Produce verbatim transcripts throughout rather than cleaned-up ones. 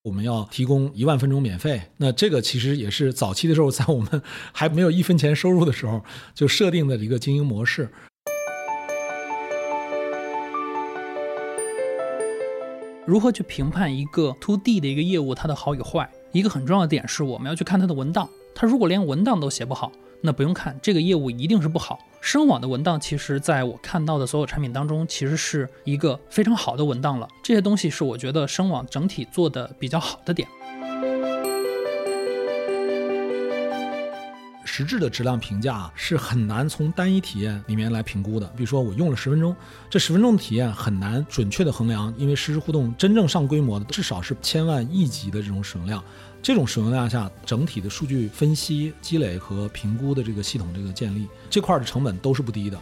我们要提供一万分钟免费。那这个其实也是早期的时候在我们还没有一分钱收入的时候就设定的一个经营模式。 如何去评判一个 to D 的一个业务它的好与坏？一个很重要的点是我们要去看它的文档，它如果连文档都写不好，那不用看，这个业务一定是不好。声网的文档其实在我看到的所有产品当中其实是一个非常好的文档了，这些东西是我觉得声网整体做的比较好的点。 实质的质量评价是很难从单一体验里面来评估的。比如说我用了十分钟，这十分钟的体验很难准确的衡量，因为实时互动真正上规模的至少是千万亿级的这种使用量，这种使用量下整体的数据分析积累和评估的这个系统这个建立，这块的成本都是不低的。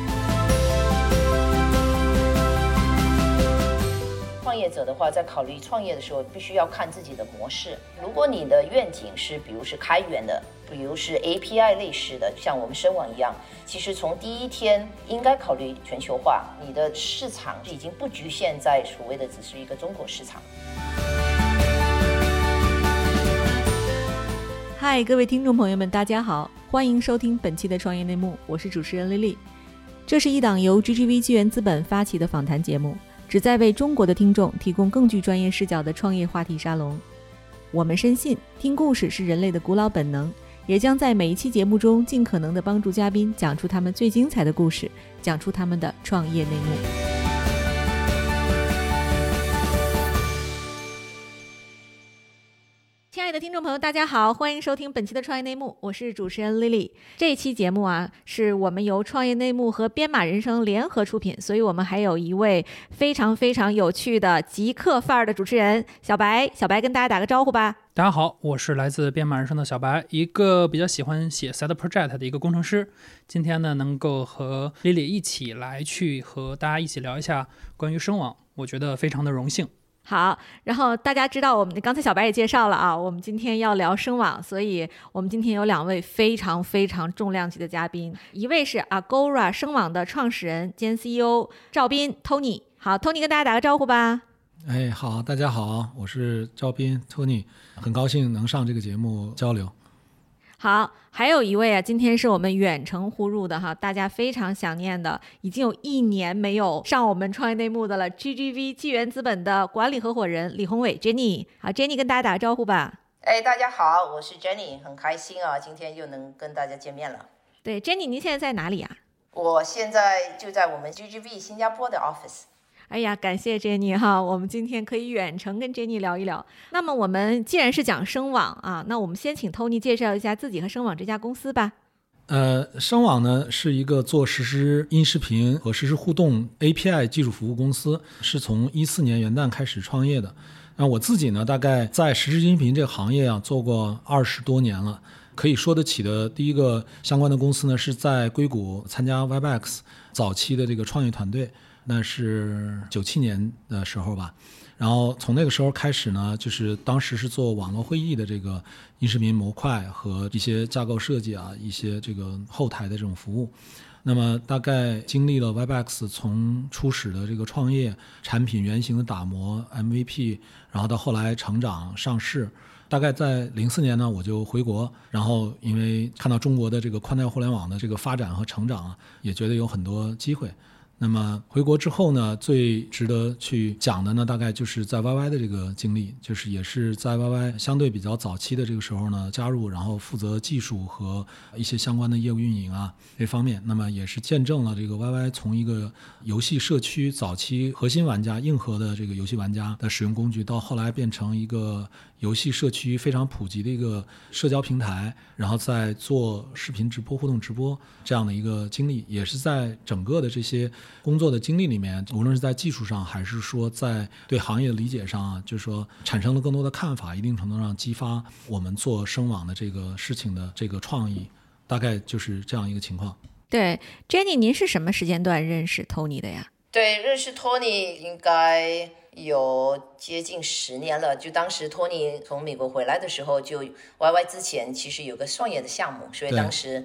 创业者的话，在考虑创业的时候，必须要看自己的模式。如果你的愿景是，比如是开源的，比如是 A P I 类似的，像我们声网一样，其实从第一天应该考虑全球化，你的市场已经不局限在所谓的只是一个中国市场。 嗨，各位听众朋友们，大家好，欢迎收听本期的创业内幕，我是主持人丽丽。这是一档由 G G V 纪元资本发起的访谈节目，旨在为中国的听众提供更具专业视角的创业话题沙龙。我们深信，听故事是人类的古老本能，也将在每一期节目中尽可能地帮助嘉宾讲出他们最精彩的故事，讲出他们的创业内幕。亲爱的听众朋友，大家好，欢迎收听本期的创业内幕，我是主持人 Lily。 这一期节目啊，是我们由创业内幕和编码人生联合出品，所以我们还有一位非常非常有趣的极客范儿的主持人小白。小白跟大家打个招呼吧。 大家好，我是来自编码人生的小白，一个比较喜欢写 side project 的一个工程师。今天呢，能够和 Lily 一起来去和大家一起聊一下关于声网，我觉得非常的荣幸。 好，然后大家知道我们刚才小白也介绍了啊，我们今天要聊声网，所以我们今天有两位非常非常重量级的嘉宾，一位是 Agora 声网的创始人兼 C E O 赵斌 Tony。 好， Tony 跟大家打个招呼吧。 哎，好，大家好，我是赵斌 Tony， 很高兴能上这个节目交流。 好，还有一位啊，今天是我们远程呼入的哈，大家非常想念的，已经有一年没有上我们创业内幕的了 G G V 纪元资本的管理合伙人李宏伟 Jenny。 好， Jenny 跟大家打个招呼吧。 哎，大家好，我是 Jenny， 很开心啊，今天又能跟大家见面了。 对， Jenny 您现在在哪里啊？ 我现在就在我们 G G V 新加坡的 office。 哎呀，感谢 Jenny 哈，我们今天可以远程跟 Jenny 聊一聊。那么我们既然是讲声网啊，那我们先请 Tony 介绍一下自己和声网这家公司吧。 呃，声网呢是一个做实时音视频和实时互动 A P I 技术服务公司，是从一四年元旦开始创业的。那我自己呢，大概在实时音频这个行业啊做过二十多年了。可以说得起的第一个相关的公司呢，是在硅谷参加 Webex 早期的这个创业团队。那是九七年的时候吧，然后从那个时候开始呢，就是当时是做网络会议的这个音视频模块和一些架构设计啊，一些这个后台的这种服务。那么大概经历了 Webex 从初始的这个创业、产品原型的打磨、M V P， 然后到后来成长上市。大概在零四年呢，我就回国，然后因为看到中国的这个宽带互联网的这个发展和成长，也觉得有很多机会。那么回国之后呢，最值得去讲的呢，大概就是在 Y Y 的这个经历，就是也是在 Y Y 相对比较早期的这个时候呢加入，然后负责技术和一些相关的业务运营啊这方面。那么也是见证了这个 Y Y 从一个游戏社区早期核心玩家硬核的这个游戏玩家的使用工具，到后来变成一个游戏社区非常普及的一个社交平台，然后再做视频直播、互动直播这样的一个经历，也是在整个的这些工作的经历里面，无论是在技术上还是说在对行业的理解上啊，就是说产生了更多的看法，一定程度上激发我们做声网的这个事情的这个创意，大概就是这样一个情况。 对 Jenny， 您是什么时间段认识 Tony 的呀？ 对，认识 Tony 应该有接近十年了，就当时 Tony 从美国回来的时候，就 Y Y 之前其实有个创业的项目，所以当时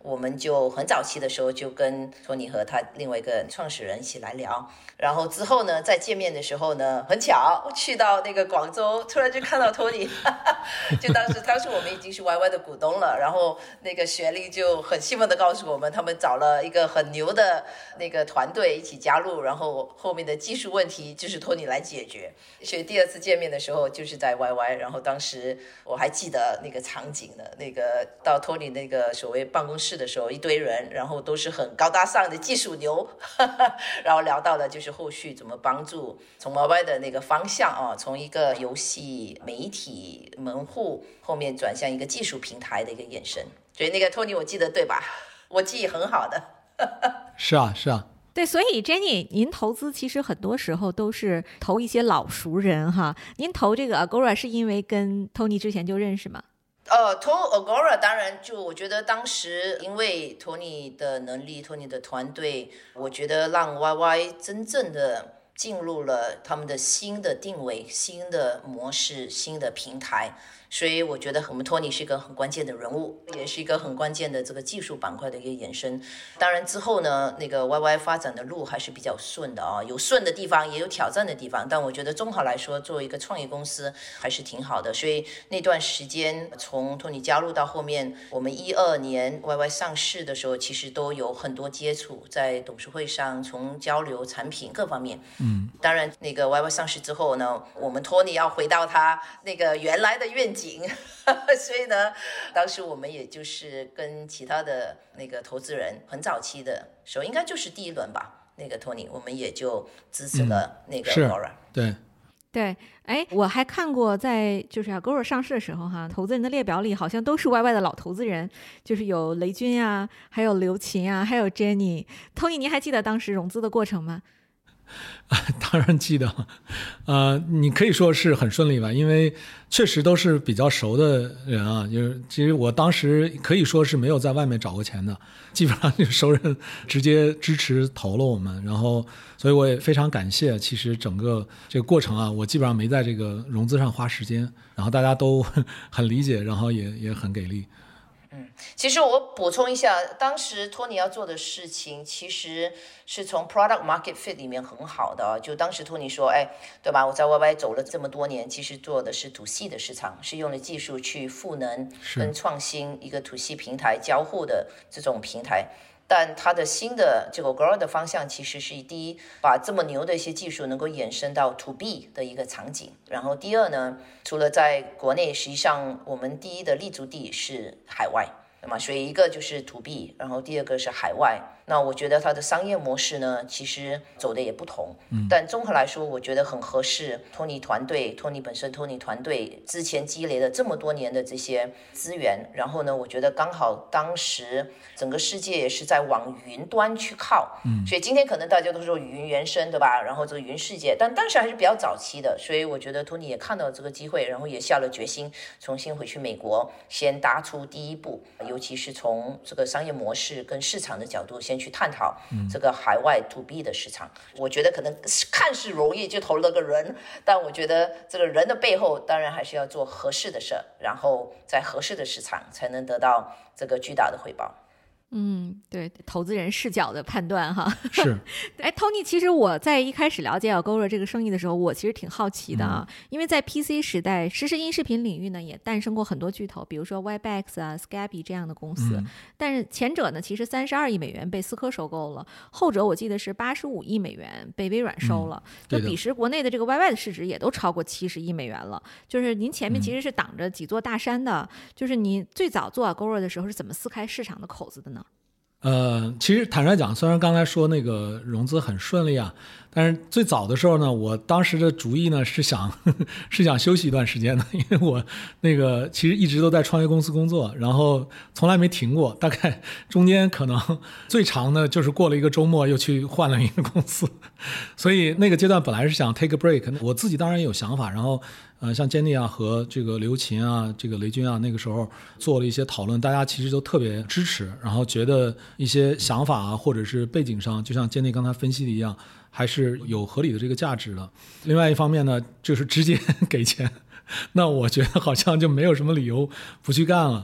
我们就很早期的时候就跟托尼和他另外一个创始人一起来聊，然后之后呢，在见面的时候呢，很巧去到那个广州，突然就看到托尼，就当时当时我们已经是 Y Y 的股东了，然后那个雪莉就很兴奋的告诉我们，他们找了一个很牛的那个团队一起加入，然后后面的技术问题就是托尼来解决。所以第二次见面的时候就是在 Y Y， 然后当时我还记得那个场景呢，那个到托尼那个所谓办公室的时候，一堆人，然后都是很高大上的技术牛，然后聊到了就是后续怎么帮助从 Y Y 的那个方向啊，从一个游戏媒体门户后面转向一个技术平台的一个延伸。所以那个托尼我记得对吧？我记忆很好的。 是啊是啊。 对，所以 Jenny 您投资其实很多时候都是投一些老熟人哈。您投这个 Agora 是因为跟 Tony 之前就认识吗？ 呃，投 Agora 当然就我觉得当时因为托尼的能力，托尼的团队，我觉得让 Y Y 真正的进入了他们的新的定位、新的模式、新的平台。所以我觉得我们托尼是一个很关键的人物，也是一个很关键的这个技术板块的一个延伸。当然之后呢，那个 Y Y 发展的路还是比较顺的啊，有顺的地方，也有挑战的地方。但我觉得综合来说，作为一个创业公司还是挺好的。所以那段时间，从托尼加入到后面，我们一二年 Y Y 上市的时候，其实都有很多接触，在董事会上，从交流产品各方面。嗯，当然那个 Y Y 上市之后呢，我们托尼要回到他那个原来的愿景。所以呢，当时我们也就是跟其他的那个投资人很早期的时候，应该就是第一轮吧，那个托尼，我们也就支持了那个 Agora。 嗯、对对，哎，我还看过在就是 Agora 上市的时候哈，投资人的列表里好像都是 Y Y 的老投资人，就是有雷军啊，还有刘琴啊，还有 Jenny。Tony， 您还记得当时融资的过程吗？ 当然记得，呃，你可以说是很顺利吧，因为确实都是比较熟的人啊。就是其实我当时可以说是没有在外面找过钱的，基本上就熟人直接支持投了我们，然后所以我也非常感谢。其实整个这个过程啊，我基本上没在这个融资上花时间，然后大家都很理解，然后也也很给力。 嗯，其实我补充一下，当时托尼要做的事情其实是从 product market fit 里面很好的。就当时托尼说，哎，对吧？我在 Y Y 走了这么多年，其实做的是 to C 的市场，是用了技术去赋能跟创新一个 to C 平台交互的这种平台。但它的新的这个 Agora 的方向其实是第一，把这么牛的一些技术能够延伸到 to B 的一个场景。然后第二呢，除了在国内，实际上我们第一的立足地是海外，那么所以一个就是 to B， 然后第二个是海外。那我觉得它的商业模式呢，其实走的也不同，嗯，但综合来说，我觉得很合适。托尼团队，托尼本身，托尼团队之前积累了这么多年的这些资源，然后呢，我觉得刚好当时整个世界也是在往云端去靠，嗯，所以今天可能大家都说云原生，对吧？然后这个云世界，但当时还是比较早期的，所以我觉得托尼也看到这个机会，然后也下了决心，重新回去美国，先搭出第一步，尤其是从这个商业模式跟市场的角度先去探讨这个海外 to B 的市场。我觉得可能看似容易就投了个人，但我觉得这个人的背后当然还是要做合适的事，然后在合适的市场才能得到这个巨大的回报。 嗯，对，投资人视角的判断哈。 是。 哎 ，Tony， 其实我在一开始了解 Agora 这个生意的时候，我其实挺好奇的啊，嗯、因为在 P C 时代，实时音视频领域呢也诞生过很多巨头，比如说 Webex 啊、Skype 这样的公司。嗯、但是前者呢，其实三十二亿美元被思科收购了，后者我记得是八十五亿美元被微软收了。嗯、就彼时国内的这个 Y Y 的市值也都超过七十亿美元了。就是您前面其实是挡着几座大山的，嗯、就是你最早做 Agora 的时候是怎么撕开市场的口子的呢？ 呃，其实坦率讲，虽然刚才说那个融资很顺利啊，但是最早的时候呢，我当时的主意呢是想呵呵是想休息一段时间的，因为我那个其实一直都在创业公司工作，然后从来没停过，大概中间可能最长的就是过了一个周末又去换了一个公司，所以那个阶段本来是想 take a break， 我自己当然也有想法，然后呃，像 Jenny 啊和这个刘琴啊，这个雷军啊，那个时候做了一些讨论，大家其实都特别支持，然后觉得一些想法啊，或者是背景上，就像 Jenny 刚才分析的一样，还是有合理的这个价值的。另外一方面呢，就是直接给钱，那我觉得好像就没有什么理由不去干了。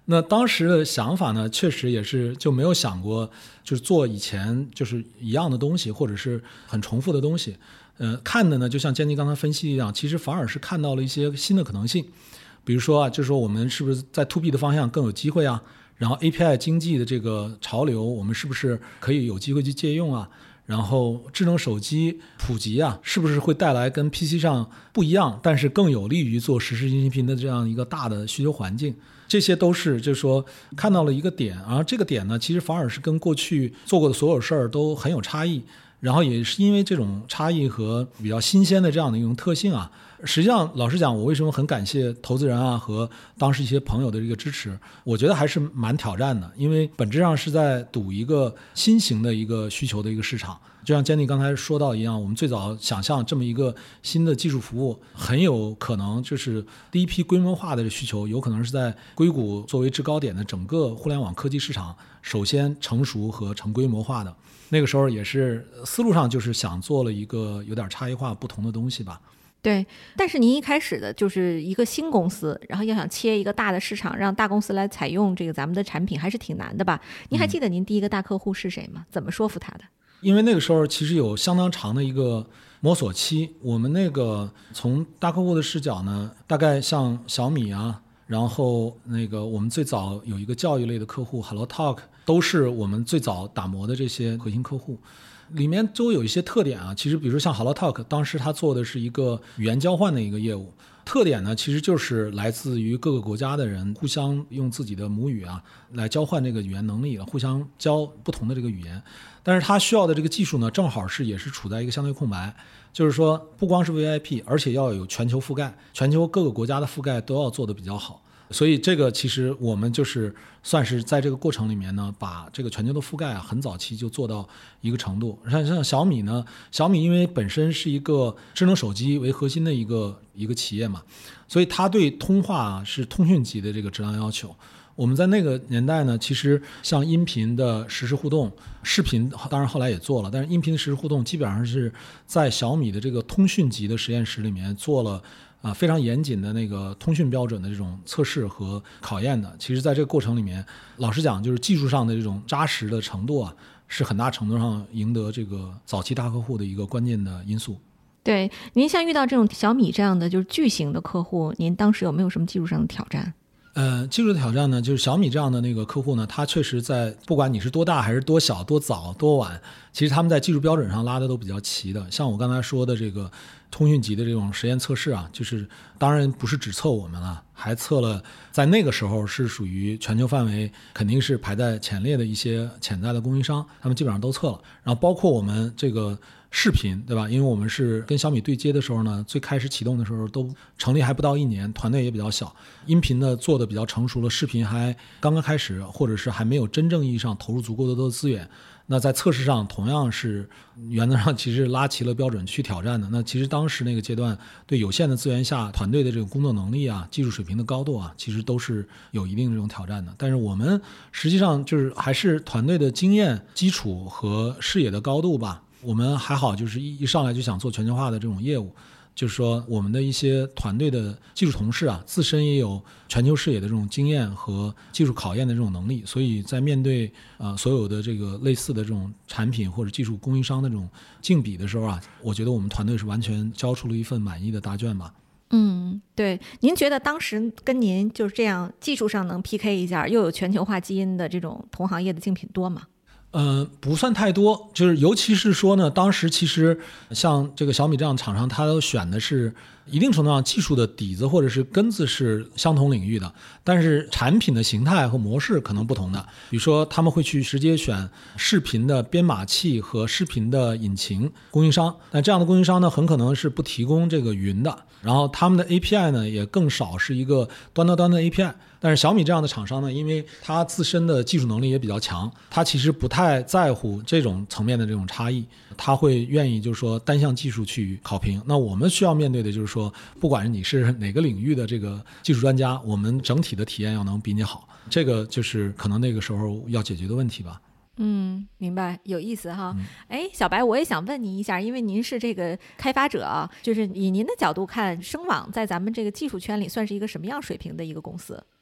那当时的想法呢，确实也是就没有想过，就是做以前就是一样的东西，或者是很重复的东西。呃，看的呢，就像坚尼刚才分析一样，其实反而是看到了一些新的可能性。比如说啊，就是说我们是不是在 to B 的方向更有机会啊？然后 A P I 经济的这个潮流，我们是不是可以有机会去借用啊？然后智能手机普及啊，是不是会带来跟 P C 上不一样，但是更有利于做实时音频的这样一个大的需求环境？这些都是就是说看到了一个点，然后这个点呢，其实反而是跟过去做过的所有事儿都很有差异。然后也是因为这种差异和比较新鲜的这样的一种特性啊，实际上老实讲，我为什么很感谢投资人啊和当时一些朋友的这个支持，我觉得还是蛮挑战的，因为本质上是在赌一个新型的一个需求的一个市场。就像 Jenny 刚才说到一样，我们最早想象这么一个新的技术服务，很有可能就是第一批规模化的需求，有可能是在硅谷作为制高点的整个互联网科技市场首先成熟和成规模化的。那个时候也是思路上就是想做了一个有点差异化不同的东西吧。 对，但是您一开始的就是一个新公司，然后要想切一个大的市场，让大公司来采用这个咱们的产品，还是挺难的吧？您还记得您第一个大客户是谁吗？嗯、怎么说服他的？ 因为那个时候其实有相当长的一个摸索期，我们那个从大客户的视角呢，大概像小米啊，然后那个我们最早有一个教育类的客户 HelloTalk， 都是我们最早打磨的这些核心客户。里面都有一些特点啊，其实比如说像 HelloTalk， 当时他做的是一个语言交换的一个业务，特点呢其实就是来自于各个国家的人互相用自己的母语啊来交换这个语言能力了，互相教不同的这个语言。但是他需要的这个技术呢，正好是也是处在一个相对空白，就是说不光是 V I P， 而且要有全球覆盖，全球各个国家的覆盖都要做得比较好。所以这个其实我们就是算是在这个过程里面呢，把这个全球的覆盖啊，很早期就做到一个程度。像像小米呢，小米因为本身是一个智能手机为核心的一个一个企业嘛，所以它对通话啊是通讯级的这个质量要求。我们在那个年代呢，其实像音频的实时互动，视频当然后来也做了，但是音频的实时互动基本上是在小米的这个通讯级的实验室里面做了啊，非常严谨的那个通讯标准的这种测试和考验的。其实在这个过程里面，老实讲就是技术上的这种扎实的程度啊，是很大程度上赢得这个早期大客户的一个关键的因素。 对，您像遇到这种小米这样的就是巨型的客户，您当时有没有什么技术上的挑战？ 呃，技术的挑战呢，就是小米这样的那个客户呢，他确实在不管你是多大还是多小、多早、多晚，其实他们在技术标准上拉的都比较齐的。像我刚才说的这个通讯级的这种实验测试啊，就是当然不是只测我们了，还测了在那个时候是属于全球范围肯定是排在前列的一些潜在的供应商，他们基本上都测了。然后包括我们这个视频，对吧？因为我们是跟小米对接的时候呢，最开始启动的时候都成立还不到一年，团队也比较小，音频呢做的比较成熟了，视频还刚刚开始，或者是还没有真正意义上投入足够多的资源。那在测试上同样是原则上其实拉齐了标准去挑战的。那其实当时那个阶段对有限的资源下团队的这种工作能力啊，技术水平的高度啊，其实都是有一定这种挑战的。但是我们实际上就是还是团队的经验基础和视野的高度吧，我们还好，就是一一上来就想做全球化的这种业务，就是说我们的一些团队的技术同事啊，自身也有全球视野的这种经验和技术考验的这种能力，所以在面对呃所有的这个类似的这种产品或者技术供应商的这种竞比的时候啊，我觉得我们团队是完全交出了一份满意的答卷吧。 嗯，对，您觉得当时跟您就是这样技术上能 P K 一下，又有全球化基因的这种同行业的竞品多吗？ 呃，不算太多，就是尤其是说呢，当时其实像这个小米这样的厂商，他都选的是一定程度上技术的底子或者是根子是相同领域的，但是产品的形态和模式可能不同的。比如说他们会去直接选视频的编码器和视频的引擎供应商，但这样的供应商呢，很可能是不提供这个云的，然后他们的 A P I 呢也更少是一个端到端的 A P I。但是小米这样的厂商呢，因为它自身的技术能力也比较强，它其实不太在乎这种层面的这种差异，它会愿意就是说单项技术去考评。那我们需要面对的就是说，不管你是哪个领域的这个技术专家，我们整体的体验要能比你好，这个就是可能那个时候要解决的问题吧。 嗯，明白，有意思哈。哎、嗯，小白，我也想问您一下，因为您是这个开发者啊，就是以您的角度看，声网在咱们这个技术圈里算是一个什么样水平的一个公司？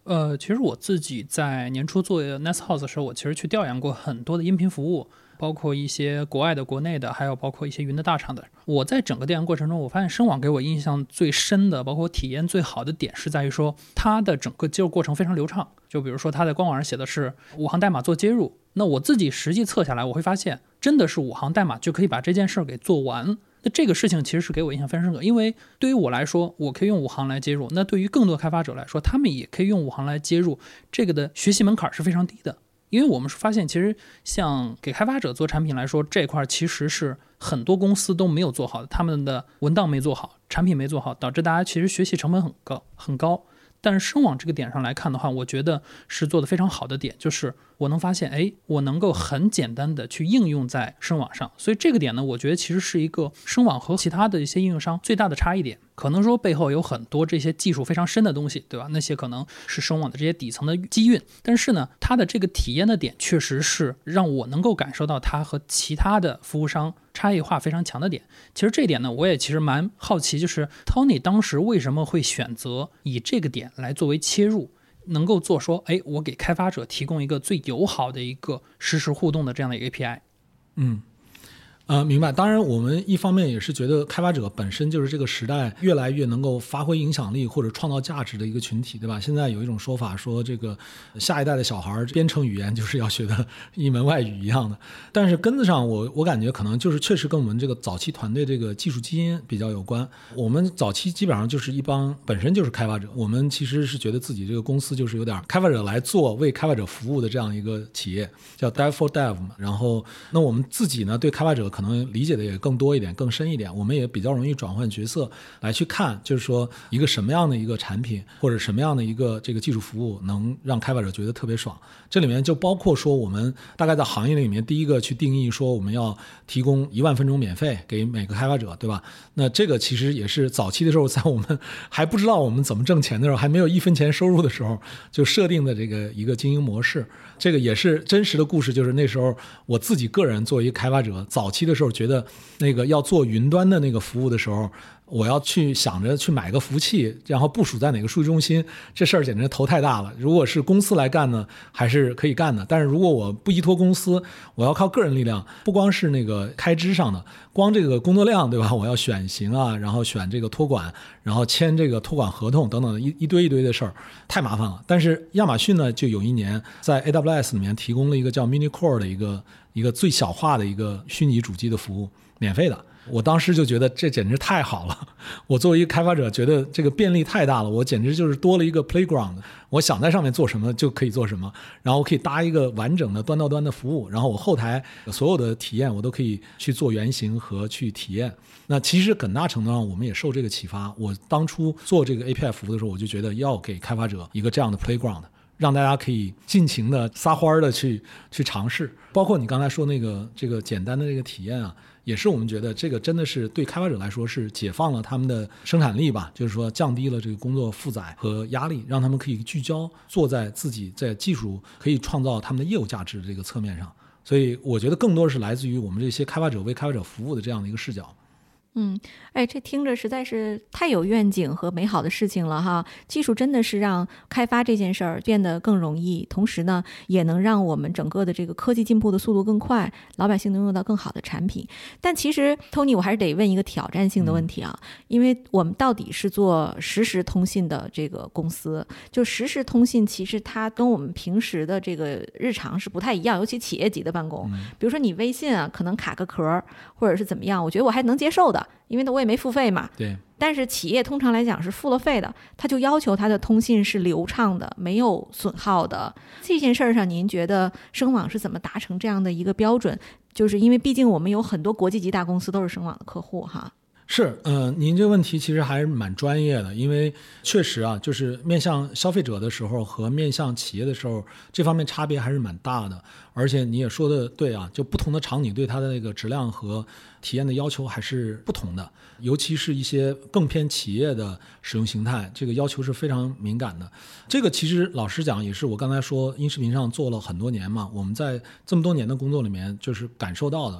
呃，其实我自己在年初做 Nest House 的时候，我其实去调研过很多的音频服务，包括一些国外的、国内的，还有包括一些云的大厂的。我在整个调研过程中，我发现声网给我印象最深的，包括体验最好的点是在于说，它的整个接入过程非常流畅。就比如说，它在官网上写的是五行代码做接入，那我自己实际测下来，我会发现真的是五行代码就可以把这件事给做完。那这个事情其实是给我印象非常深刻，因为对于我来说，我可以用五行来接入，那对于更多开发者来说，他们也可以用五行来接入，这个的学习门槛是非常低的。因为我们是发现，其实像给开发者做产品来说，这块其实是很多公司都没有做好的，他们的文档没做好，产品没做好，导致大家其实学习成本很高很高。但是声网这个点上来看的话，我觉得是做得非常好的点，就是我能发现，哎，我能够很简单的去应用在声网上，所以这个点呢，我觉得其实是一个声网和其他的一些应用商最大的差异点。可能说背后有很多这些技术非常深的东西，对吧？那些可能是声网的这些底层的基运，但是呢，它的这个体验的点确实是让我能够感受到它和其他的服务商差异化非常强的点。其实这一点呢，我也其实蛮好奇，就是 Tony 当时为什么会选择以这个点来作为切入，能够做说，哎，我给开发者提供一个最友好的一个实时互动的这样的一个 A P I。 嗯。呃，明白。当然，我们一方面也是觉得开发者本身就是这个时代越来越能够发挥影响力或者创造价值的一个群体，对吧？现在有一种说法说，这个下一代的小孩编程语言就是要学的一门外语一样的。但是根子上我，我我感觉可能就是确实跟我们这个早期团队这个技术基因比较有关。我们早期基本上就是一帮本身就是开发者，我们其实是觉得自己这个公司就是有点开发者来做、为开发者服务的这样一个企业，叫 Dev for Dev 嘛。然后，那我们自己呢，对开发者可能理解的也更多一点更深一点，我们也比较容易转换角色来去看，就是说一个什么样的一个产品或者什么样的一个这个技术服务能让开发者觉得特别爽。这里面就包括说我们大概在行业里面第一个去定义说我们要提供一万分钟免费给每个开发者，对吧？那这个其实也是早期的时候，在我们还不知道我们怎么挣钱的时候，还没有一分钱收入的时候就设定的这个一个经营模式。这个也是真实的故事，就是那时候我自己个人作为一个开发者，早期的时候觉得那个要做云端的那个服务的时候，我要去想着去买个服务器，然后部署在哪个数据中心，这事儿简直头太大了。如果是公司来干呢，还是可以干的。但是如果我不依托公司，我要靠个人力量，不光是那个开支上的，光这个工作量，对吧？我要选型啊，然后选这个托管，然后签这个托管合同等等一一堆一堆的事儿，太麻烦了。但是亚马逊呢，就有一年在 A W S 里面提供了一个叫 Mini Core 的一个一个最小化的一个虚拟主机的服务，免费的。我当时就觉得这简直太好了，我作为一个开发者觉得这个便利太大了，我简直就是多了一个 playground， 我想在上面做什么就可以做什么，然后我可以搭一个完整的端到端的服务，然后我后台所有的体验我都可以去做原型和去体验。那其实很大程度上我们也受这个启发，我当初做这个 A P I 服务的时候，我就觉得要给开发者一个这样的 playground，让大家可以尽情的撒欢的去去尝试。包括你刚才说那个这个简单的这个体验啊，也是我们觉得这个真的是对开发者来说是解放了他们的生产力吧，就是说降低了这个工作负载和压力，让他们可以聚焦做在自己在技术可以创造他们的业务价值的这个侧面上。所以我觉得更多是来自于我们这些开发者为开发者服务的这样的一个视角。 嗯，哎，这听着实在是太有愿景和美好的事情了哈！技术真的是让开发这件事儿变得更容易，同时呢，也能让我们整个的这个科技进步的速度更快，老百姓能用到更好的产品。但其实 Tony， 我还是得问一个挑战性的问题啊，嗯、因为我们到底是做实时通信的这个公司，就实时通信其实它跟我们平时的这个日常是不太一样，尤其企业级的办公，嗯、比如说你微信啊，可能卡个壳或者是怎么样，我觉得我还能接受的。因为我也没付费嘛， 对。 但是企业通常来讲是付了费的，他就要求他的通信是流畅的，没有损耗的。这件事上，您觉得声网是怎么达成这样的一个标准？就是因为毕竟我们有很多国际级大公司都是声网的客户哈。 是，嗯、呃，您这个问题其实还是蛮专业的，因为确实啊，就是面向消费者的时候和面向企业的时候，这方面差别还是蛮大的。而且你也说的对啊，就不同的场景对它的那个质量和体验的要求还是不同的，尤其是一些更偏企业的使用形态，这个要求是非常敏感的。这个其实老实讲，也是我刚才说音视频上做了很多年嘛，我们在这么多年的工作里面就是感受到的。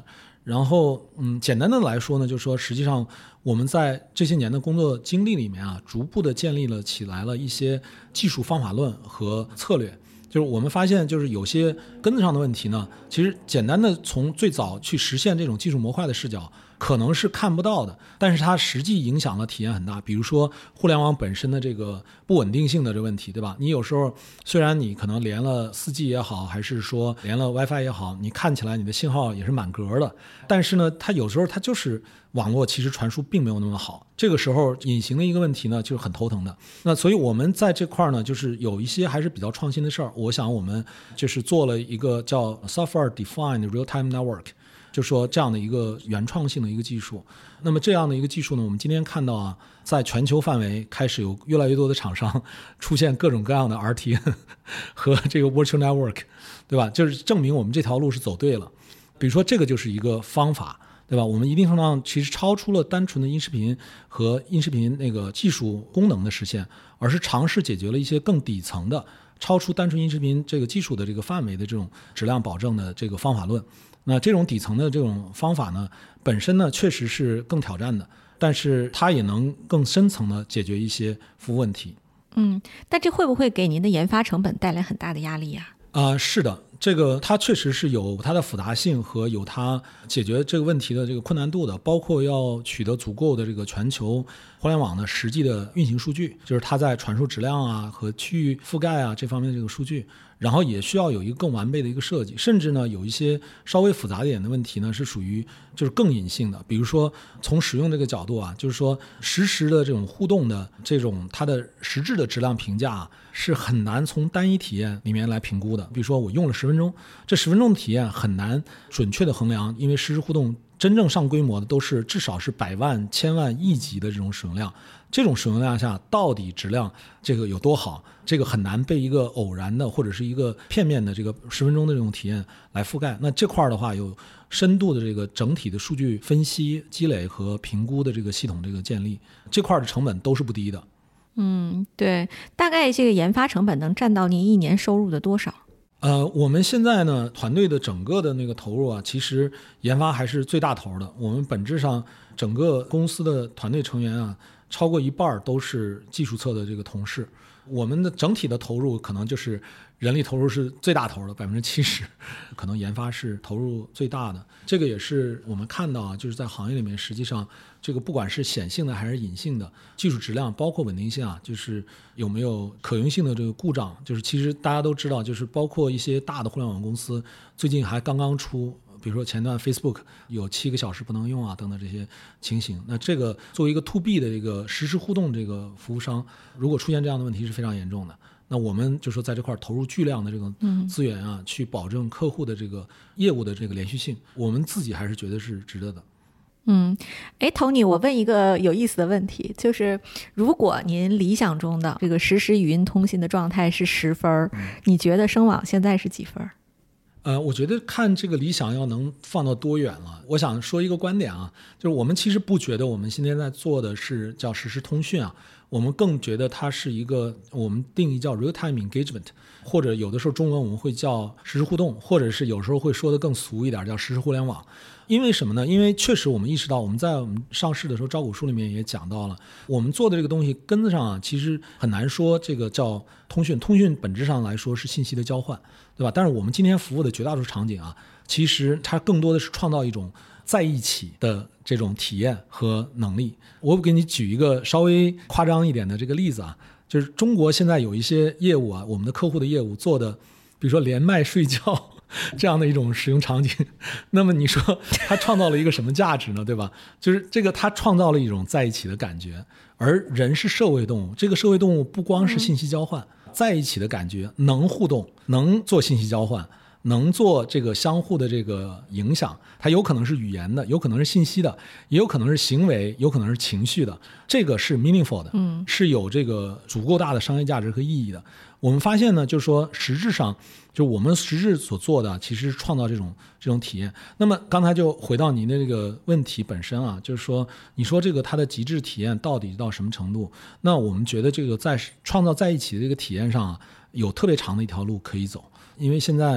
然后，嗯，简单的来说呢，就是说，实际上我们在这些年的工作经历里面啊，逐步的建立了起来了一些技术方法论和策略。就是我们发现，就是有些根子上的问题呢，其实简单的从最早去实现这种技术模块的视角，可能是看不到的，但是它实际影响了体验很大。比如说互联网本身的这个不稳定性的这个问题，对吧？你有时候虽然你可能连了 四 G 也好，还是说连了 WiFi 也好，你看起来你的信号也是满格的，但是呢，它有时候它就是网络其实传输并没有那么好。这个时候隐形的一个问题呢，就是很头疼的。那所以我们在这块呢，就是有一些还是比较创新的事儿。我想我们就是做了一个叫 Software Defined Real-Time Network， 就说这样的一个原创性的一个技术。那么这样的一个技术呢，我们今天看到啊，在全球范围开始有越来越多的厂商出现各种各样的 R T N 和这个 Virtual Network， 对吧？就是证明我们这条路是走对了。比如说这个就是一个方法，对吧？我们一定程度上其实超出了单纯的音视频和音视频那个技术功能的实现，而是尝试解决了一些更底层的超出单纯音视频这个技术的这个范围的这种质量保证的这个方法论。那这种底层的这种方法呢，本身呢确实是更挑战的，但是它也能更深层的解决一些服务问题。 嗯，但这会不会给您的研发成本带来很大的压力呀？ 啊、呃，是的，这个它确实是有它的复杂性和有它解决这个问题的这个困难度的，包括要取得足够的这个全球互联网的实际的运行数据，就是它在传输质量啊和区域覆盖啊这方面的这个数据，然后也需要有一个更完备的一个设计，甚至呢有一些稍微复杂一点的问题呢是属于就是更隐性的，比如说从使用这个角度啊，就是说实时的这种互动的这种它的实质的质量评价啊，是很难从单一体验里面来评估的。比如说我用了十分钟，这十分钟的体验很难准确的衡量，因为实时互动真正上规模的都是至少是百万、千万、亿级的这种使用量，这种使用量下到底质量这个有多好，这个很难被一个偶然的或者是一个片面的这个十分钟的这种体验来覆盖。那这块的话有深度的这个整体的数据分析积累和评估的这个系统这个建立，这块的成本都是不低的。 嗯，对，大概这个研发成本能占到您一年收入的多少？ 呃，我们现在呢，团队的整个的那个投入啊，其实研发还是最大头的。我们本质上整个公司的团队成员啊，超过一半都是技术侧的这个同事。我们的整体的投入可能就是人力投入是最大头的百分之七十，可能研发是投入最大的。这个也是我们看到啊，就是在行业里面，实际上这个不管是显性的还是隐性的技术质量，包括稳定性啊，就是有没有可用性的这个故障，就是其实大家都知道，就是包括一些大的互联网公司最近还刚刚出。比如说前段 Facebook 有七个小时不能用啊，等等这些情形。那这个作为一个 to B 的一个实时互动这个服务商，如果出现这样的问题是非常严重的。那我们就说在这块投入巨量的这个资源啊，嗯、去保证客户的这个业务的这个连续性，我们自己还是觉得是值得的。 嗯，哎 ，Tony， 我问一个有意思的问题，就是如果您理想中的这个实时语音通信的状态是十分，嗯、你觉得声网现在是几分？ 呃，我觉得看这个理想要能放到多远了。我想说一个观点啊，就是我们其实不觉得我们今天在做的是叫实时通讯啊，我们更觉得它是一个我们定义叫 real-time engagement， 或者有的时候中文我们会叫实时互动，或者是有时候会说的更俗一点叫实时互联网。因为什么呢？因为确实我们意识到，我们在我们上市的时候招股书里面也讲到了，我们做的这个东西根子上啊，其实很难说这个叫通讯。通讯本质上来说是信息的交换，对吧？但是我们今天服务的绝大多数场景啊，其实它更多的是创造一种在一起的这种体验和能力。我给你举一个稍微夸张一点的这个例子啊，就是中国现在有一些业务啊，我们的客户的业务做的，比如说连麦睡觉这样的一种使用场景，那么你说它创造了一个什么价值呢？对吧？就是这个它创造了一种在一起的感觉，而人是社会动物，这个社会动物不光是信息交换，嗯、在一起的感觉，能互动，能做信息交换，能做这个相互的这个影响，它有可能是语言的，有可能是信息的，也有可能是行为，有可能是情绪的，这个是 meaningful 的，嗯，是有这个足够大的商业价值和意义的。我们发现呢，就是说实质上，就我们实质所做的，其实是创造这种这种体验。那么刚才就回到您的这个问题本身啊，就是说，你说这个它的极致体验到底到什么程度？那我们觉得这个在创造在一起的这个体验上啊，有特别长的一条路可以走。因为现在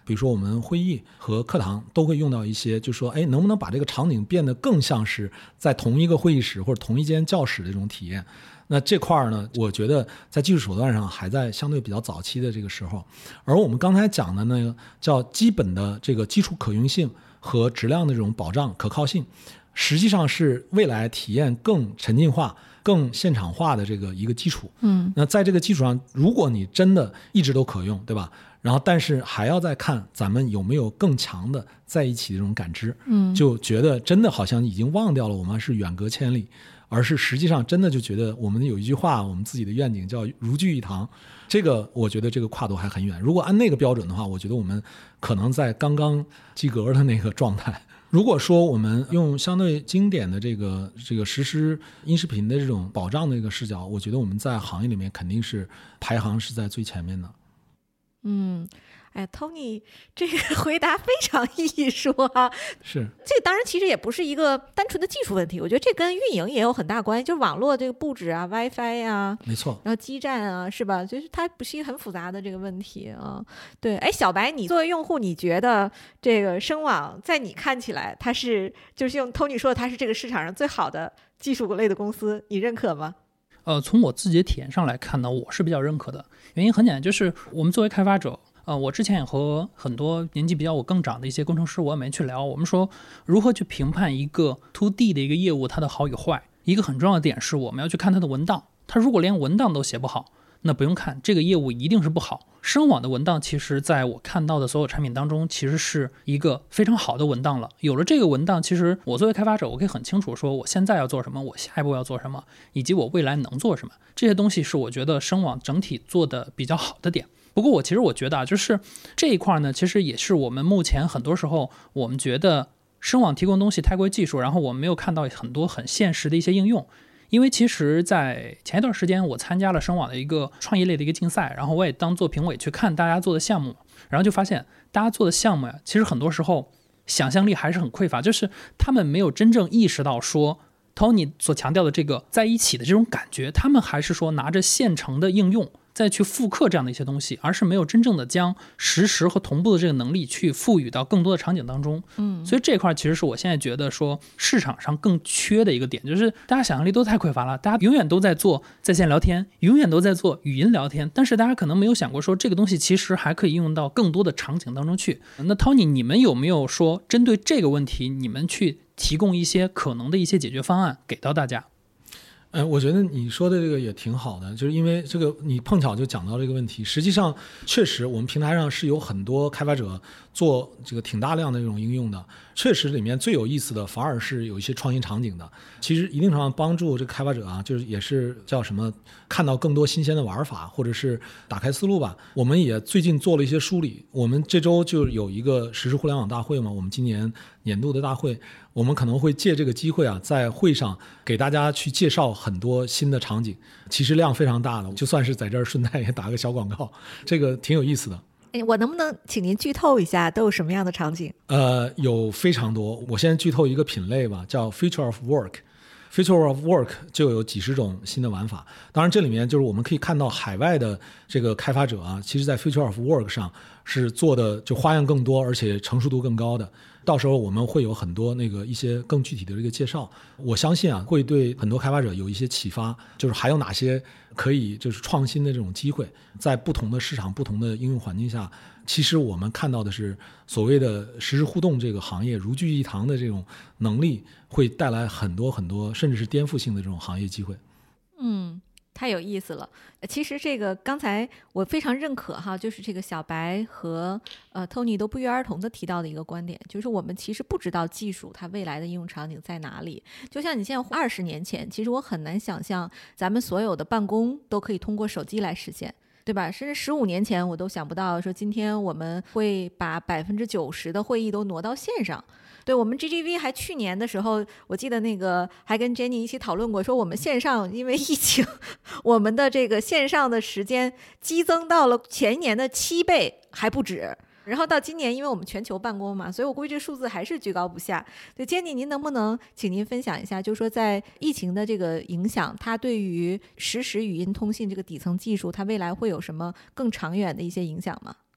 比如说我们会议和课堂都会用到一些，就是说，哎，能不能把这个场景变得更像是在同一个会议室或者同一间教室的这种体验？那这块呢，我觉得在技术手段上还在相对比较早期的这个时候。而我们刚才讲的那个叫基本的这个基础可用性和质量的这种保障可靠性，实际上是未来体验更沉浸化、更现场化的这个一个基础。 嗯， 那在这个基础上，如果你真的一直都可用，对吧？然后但是还要再看咱们有没有更强的在一起的这种感知。 嗯， 就觉得真的好像已经忘掉了我们是远隔千里，而是实际上真的就觉得我们有一句话，我们自己的愿景叫如聚一堂。这个我觉得这个跨度还很远。如果按那个标准的话，我觉得我们可能在刚刚及格的那个状态。如果说我们用相对经典的这个这个实时音视频的这种保障的一个视角，我觉得我们在行业里面肯定是排行是在最前面的。 嗯，哎 ，Tony 这个回答非常艺术啊。 是， 这当然其实也不是一个单纯的技术问题，我觉得这跟运营也有很大关系，就是网络这个布置啊 ，WiFi 啊， 没错， 然后基站啊，是吧？就是它不是一个很复杂的这个问题啊。对，哎，小白，你作为用户，你觉得这个声网在你看起来，它是就是用 Tony 说的，它是这个市场上最好的技术类的公司，你认可吗？ 呃，从我自己的体验上来看呢，我是比较认可的。原因很简单，就是我们作为开发者，呃，我之前也和很多年纪比较我更长的一些工程师，我也没去聊。我们说如何去评判一个 to D 的一个业务它的好与坏，一个很重要的点是我们要去看它的文档。它如果连文档都写不好，那不用看，这个业务一定是不好。声网的文档其实在我看到的所有产品当中，其实是一个非常好的文档了。有了这个文档，其实我作为开发者，我可以很清楚说我现在要做什么，我下一步要做什么，以及我未来能做什么。这些东西是我觉得声网整体做的比较好的点。不过我其实我觉得啊，就是这一块呢，其实也是我们目前很多时候我们觉得声网提供的东西太过技术，然后我们没有看到很多很现实的一些应用。因为其实在前一段时间我参加了声网的一个创业类的一个竞赛，然后我也当做评委去看大家做的项目，然后就发现大家做的项目呀，其实很多时候想象力还是很匮乏，就是他们没有真正意识到说 Tony 所强调的这个在一起的这种感觉，他们还是说拿着现成的应用再去复刻这样的一些东西，而是没有真正的将实时和同步的这个能力去赋予到更多的场景当中。嗯，所以这块其实是我现在觉得说市场上更缺的一个点，就是大家想象力都太匮乏了，大家永远都在做在线聊天，永远都在做语音聊天，但是大家可能没有想过说这个东西其实还可以应用到更多的场景当中去。那 Tony 你们有没有说针对这个问题，你们去提供一些可能的一些解决方案给到大家？ 哎，我觉得你说的这个也挺好的，就是因为这个你碰巧就讲到这个问题。实际上，确实我们平台上是有很多开发者做这个挺大量的这种应用的。确实，里面最有意思的反而是有一些创新场景的。其实一定程度上帮助这个开发者啊，就是也是叫什么，看到更多新鲜的玩法，或者是打开思路吧。我们也最近做了一些梳理。我们这周就有一个实时互联网大会嘛，我们今年年度的大会。我们可能会借这个机会啊，在会上给大家去介绍很多新的场景，其实量非常大的，就算是在这儿顺带也打个小广告，这个挺有意思的。 哎，我能不能请您剧透一下都有什么样的场景？ 呃，有非常多，我先剧透一个品类吧，叫 Future of Work。Future of Work 就有几十种新的玩法，当然这里面就是我们可以看到海外的这个开发者啊，其实在 Future of Work 上是做的就花样更多，而且成熟度更高的。到时候我们会有很多那个一些更具体的这个介绍，我相信啊会对很多开发者有一些启发，就是还有哪些可以就是创新的这种机会，在不同的市场不同的应用环境下，其实我们看到的是所谓的实时互动这个行业如聚一堂的这种能力，会带来很多很多甚至是颠覆性的这种行业机会。 嗯，太有意思了。其实这个刚才我非常认可哈，就是这个小白和呃 Tony 都不约而同的提到的一个观点，就是我们其实不知道技术它未来的应用场景在哪里。就像你现在二十年前，其实我很难想象咱们所有的办公都可以通过手机来实现，对吧？甚至十五年前我都想不到说今天我们会把百分之九十的会议都挪到线上。对，我们 G G V 还去年的时候，我记得那个还跟 Jenny 一起讨论过，说我们线上因为疫情，我们的这个线上的时间激增到了前一年的七倍还不止。然后到今年，因为我们全球办公嘛，所以我估计这数字还是居高不下。对 Jenny， 您能不能请您分享一下，就是说在疫情的这个影响，它对于实时语音通信这个底层技术，它未来会有什么更长远的一些影响吗？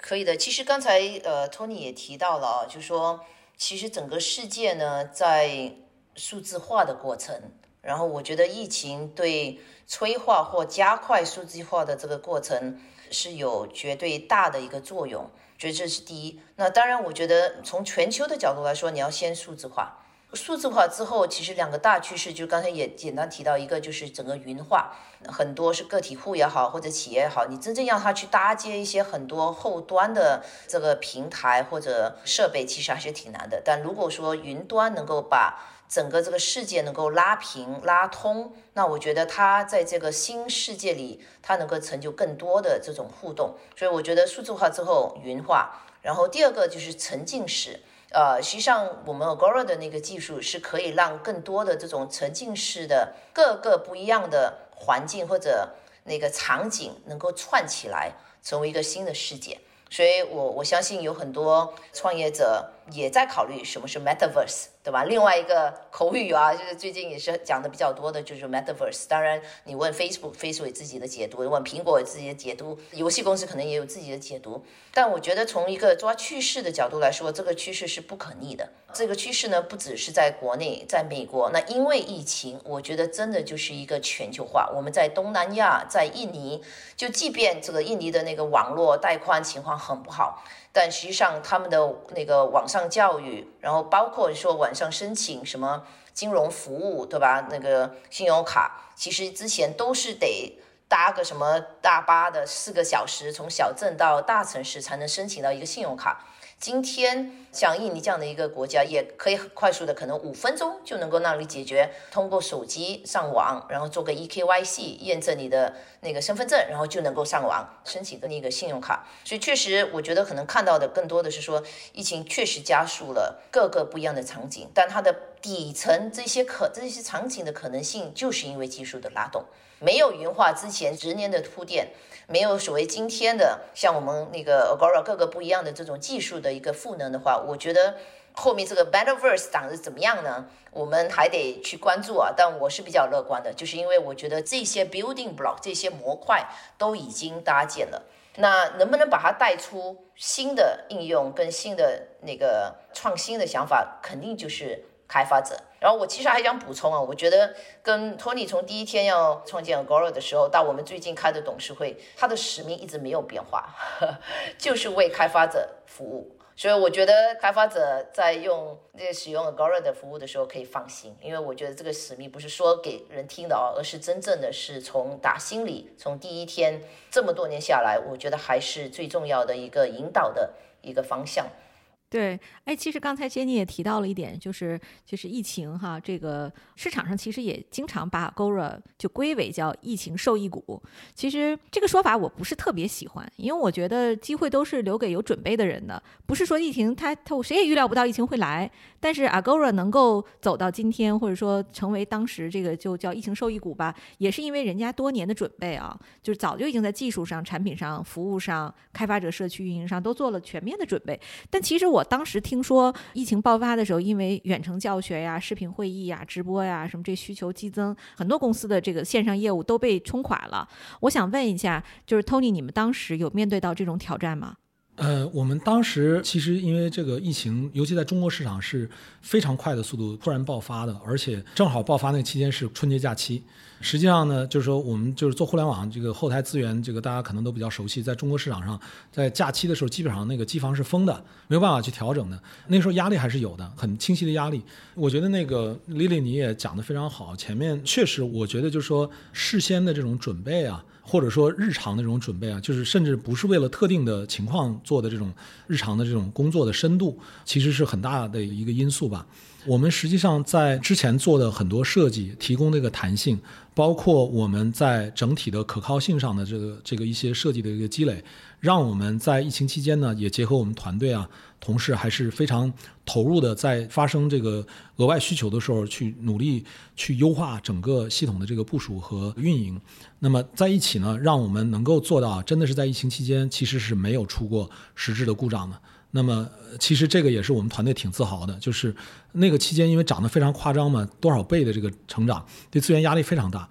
可以的。其实刚才呃 Tony 也提到了啊，就是说其实整个世界呢在数字化的过程，然后我觉得疫情对催化或加快数字化的这个过程是有绝对大的一个作用，觉得这是第一。那当然我觉得从全球的角度来说，你要先数字化，数字化之后其实两个大趋势，就刚才也简单提到，一个就是整个云化，很多是个体户也好或者企业也好，你真正让它去搭建一些很多后端的这个平台或者设备，其实还是挺难的。但如果说云端能够把整个这个世界能够拉平拉通，那我觉得它在这个新世界里它能够成就更多的这种互动。所以我觉得数字化之后云化，然后第二个就是沉浸式，呃，实际上我们 Agora 的那个技术是可以让更多的这种沉浸式的各个不一样的环境或者那个场景能够串起来成为一个新的世界。所以我我相信有很多创业者也在考虑什么是 Metaverse， 对吧？另外一个口语啊，就是最近也是讲的比较多的就是 Metaverse。当然你问 Facebook，Facebook 有自己的解读，问苹果有自己的解读，游戏公司可能也有自己的解读。但我觉得从一个抓趋势的角度来说，这个趋势是不可逆的。这个趋势呢，不只是在国内，在美国，那因为疫情，我觉得真的就是一个全球化。我们在东南亚，在印尼，就即便这个印尼的那个网络带宽情况很不好，但实际上他们的那个网上教育，然后包括说网上申请什么金融服务，对吧？那个信用卡，其实之前都是得搭个什么大巴的四个小时，从小镇到大城市才能申请到一个信用卡。今天像印尼这样的一个国家，也可以很快速的，可能五分钟就能够让你解决，通过手机上网，然后做个 E K Y C 验证你的那个身份证，然后就能够上网申请的那个信用卡。所以确实我觉得可能看到的更多的是说，疫情确实加速了各个不一样的场景，但它的底层这些可这些场景的可能性，就是因为技术的拉动。没有云化之前十年的铺垫，没有所谓今天的像我们那个 Agora 各个不一样的这种技术的一个赋能的话，我觉得后面这个 Metaverse 长得怎么样呢？我们还得去关注啊。但我是比较乐观的，就是因为我觉得这些 building block 这些模块都已经搭建了，那能不能把它带出新的应用跟新的那个创新的想法，肯定就是开发者。然后我其实还想补充啊，我觉得跟 Tony 从第一天要创建 Agora 的时候到我们最近开的董事会，他的使命一直没有变化，呵呵，就是为开发者服务。所以我觉得开发者在用这个使用 Agora 的服务的时候可以放心，因为我觉得这个使命不是说给人听的哦，而是真正的是从打心里，从第一天这么多年下来，我觉得还是最重要的一个引导的一个方向。 对，哎，其实刚才 Jenny 也提到了一点，就是就是疫情哈，这个市场上其实也经常把 Agora 就归为叫疫情受益股。其实这个说法我不是特别喜欢，因为我觉得机会都是留给有准备的人的，不是说疫情它它谁也预料不到疫情会来，但是 Agora 能够走到今天，或者说成为当时这个就叫疫情受益股吧，也是因为人家多年的准备啊，就是早就已经在技术上、产品上、服务上、开发者社区运营上都做了全面的准备。但其实我当时听说疫情爆发的时候，因为远程教学呀、视频会议呀、直播呀什么这需求激增，很多公司的这个线上业务都被冲垮了。我想问一下，就是 Tony 你们当时有面对到这种挑战吗？ 呃，我们当时其实因为这个疫情，尤其在中国市场是非常快的速度突然爆发的，而且正好爆发那个期间是春节假期。实际上呢，就是说我们就是做互联网这个后台资源，这个大家可能都比较熟悉，在中国市场上，在假期的时候基本上那个机房是封的，没有办法去调整的。那时候压力还是有的，很清晰的压力。我觉得那个 Lily 你也讲得非常好，前面确实我觉得就是说事先的这种准备啊，或者说日常的这种准备啊，就是甚至不是为了特定的情况做的这种日常的这种工作的深度，其实是很大的一个因素吧。我们实际上在之前做的很多设计，提供这个弹性，包括我们在整体的可靠性上的这个这个一些设计的一个积累，让我们在疫情期间呢，也结合我们团队啊同事还是非常投入的，在发生这个额外需求的时候去努力去优化整个系统的这个部署和运营。那么在一起呢，让我们能够做到真的是在疫情期间其实是没有出过实质的故障的。那么其实这个也是我们团队挺自豪的，就是那个期间因为涨得非常夸张嘛，多少倍的这个成长，对资源压力非常大。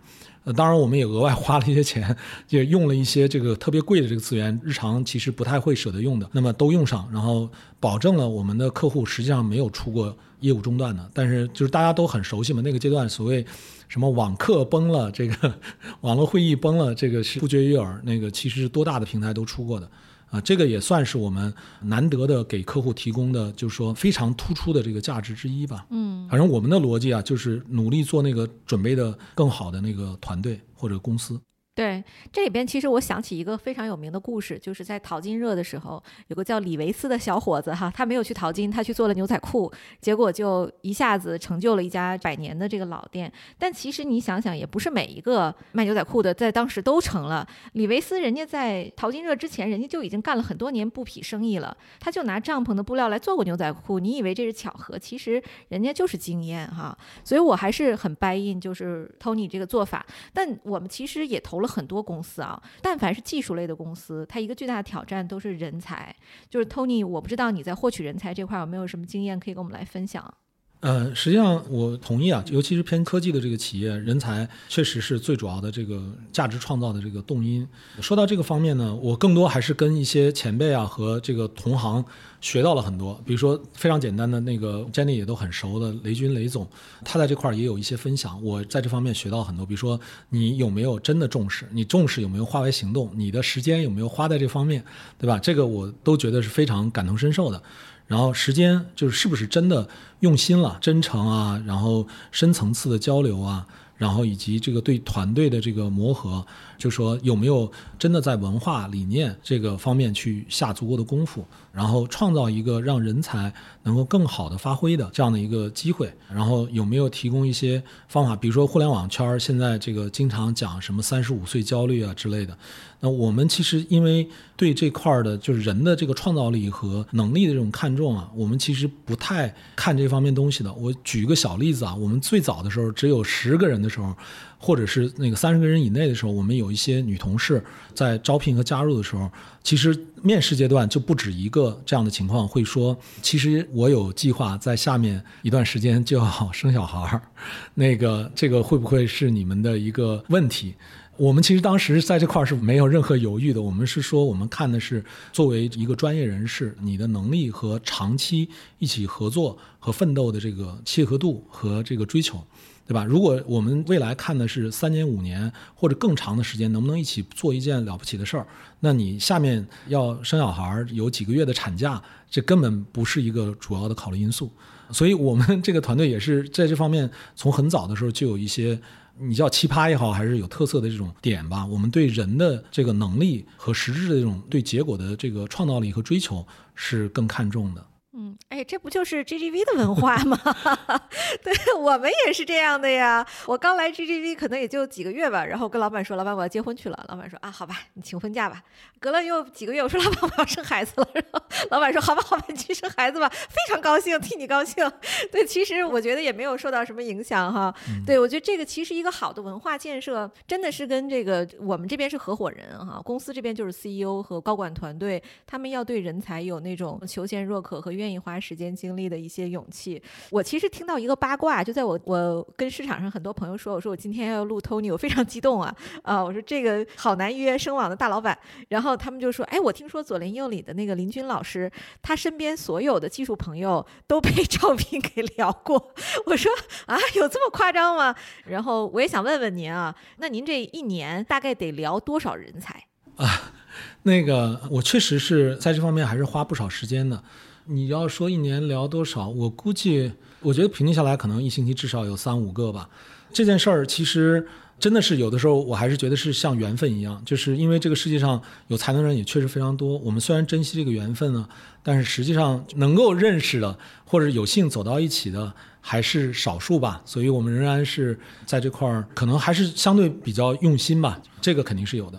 呃，当然我们也额外花了一些钱，也用了一些这个特别贵的这个资源，日常其实不太会舍得用的，那么都用上，然后保证了我们的客户实际上没有出过业务中断的。但是就是大家都很熟悉嘛，那个阶段所谓什么网课崩了，这个网络会议崩了，这个是不绝于耳，那个其实多大的平台都出过的。啊，这个也算是我们难得的给客户提供的，就是说非常突出的这个价值之一吧。嗯，反正我们的逻辑啊，就是努力做那个准备的更好的那个团队或者公司。 对，这里边其实我想起一个非常有名的故事，就是在淘金热的时候，有个叫李维斯的小伙子哈，他没有去淘金，他去做了牛仔裤，结果就一下子成就了一家百年的这个老店。但其实你想想，也不是每一个卖牛仔裤的在当时都成了。李维斯人家在淘金热之前，人家就已经干了很多年布匹生意了，他就拿帐篷的布料来做过牛仔裤，你以为这是巧合，其实人家就是经验哈。所以我还是很 buy in 就是 Tony 这个做法。但我们其实也投了很多公司啊，但凡是技术类的公司，它一个最大的挑战都是人才。就是 Tony， 我不知道你在获取人才这块有没有什么经验可以跟我们来分享？ 呃，实际上我同意啊，尤其是偏科技的这个企业，人才确实是最主要的这个价值创造的这个动因。说到这个方面呢，我更多还是跟一些前辈啊和这个同行学到了很多。比如说非常简单的那个 Jenny 也都很熟的雷军雷总，他在这块也有一些分享，我在这方面学到很多。比如说你有没有真的重视，你重视有没有化为行动，你的时间有没有花在这方面，对吧？这个我都觉得是非常感同身受的。然后时间就是是不是真的用心了，真诚啊，然后深层次的交流啊，然后以及这个对团队的这个磨合，就说有没有真的在文化理念这个方面去下足够的功夫，然后创造一个让人才能够更好的发挥的这样的一个机会，然后有没有提供一些方法，比如说互联网圈现在这个经常讲什么三十五岁焦虑啊之类的。那我们其实因为对这块的就是人的这个创造力和能力的这种看重啊，我们其实不太看这方面东西的。我举一个小例子啊，我们最早的时候只有十个人的时候，或者是那个三十个人以内的时候，我们有一些女同事在招聘和加入的时候，其实面试阶段就不止一个这样的情况，会说其实我有计划在下面一段时间就要生小孩，那个这个会不会是你们的一个问题？我们其实当时在这块是没有任何犹豫的，我们是说我们看的是作为一个专业人士，你的能力和长期一起合作和奋斗的这个契合度和这个追求，对吧？如果我们未来看的是三年五年或者更长的时间，能不能一起做一件了不起的事儿，那你下面要生小孩有几个月的产假，这根本不是一个主要的考虑因素。所以我们这个团队也是在这方面从很早的时候就有一些你叫奇葩也好，还是有特色的这种点吧，我们对人的这个能力和实质的这种对结果的这个创造力和追求是更看重的。 嗯，哎，这不就是 G G V 的文化吗？对，我们也是这样的呀。我刚来 G G V 可能也就几个月吧，然后跟老板说，老板我要结婚去了。老板说啊，好吧，你请婚假吧。隔了又几个月，我说老板我要生孩子了。然后老板说好吧，好吧，你去生孩子吧，非常高兴，替你高兴。对，其实我觉得也没有受到什么影响哈。嗯、对，我觉得这个其实一个好的文化建设，真的是跟这个我们这边是合伙人哈，公司这边就是 C E O 和高管团队，他们要对人才有那种求贤若渴和愿意花时间精力的一些勇气。我其实听到一个八卦，就在我我跟市场上很多朋友说，我说我今天要录 Tony， 我非常激动啊啊！我说这个好难约声网的大老板，然后他们就说，哎，我听说左邻右里的那个林军老师，他身边所有的技术朋友都被招聘给聊过。我说啊，有这么夸张吗？然后我也想问问您啊，那您这一年大概得聊多少人才啊？那个我确实是在这方面还是花不少时间的。你要说一年聊多少，我估计我觉得平均下来可能一星期至少有三五个吧。这件事儿其实真的是有的时候我还是觉得是像缘分一样，就是因为这个世界上有才能人也确实非常多，我们虽然珍惜这个缘分呢，但是实际上能够认识的或者有幸走到一起的还是少数吧，所以我们仍然是在这块儿可能还是相对比较用心吧，这个肯定是有的。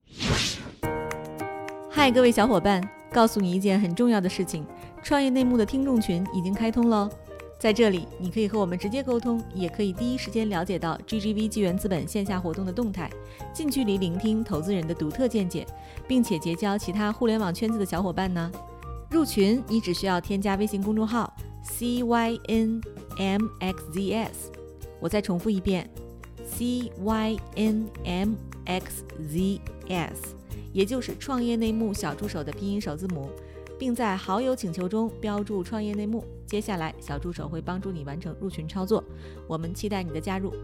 嗨，各位小伙伴，告诉你一件很重要的事情，创业内幕的听众群已经开通了，在这里你可以和我们直接沟通，也可以第一时间了解到 G G V 纪元资本线下活动的动态，近距离聆听投资人的独特见解，并且结交其他互联网圈子的小伙伴呢。入群你只需要添加微信公众号 C Y N M X Z S， 我再重复一遍 C Y N M X Z S， 也就是创业内幕小助手的拼音首字母，并在好友请求中标注创业内幕。接下来小助手会帮助你完成入群操作，我们期待你的加入。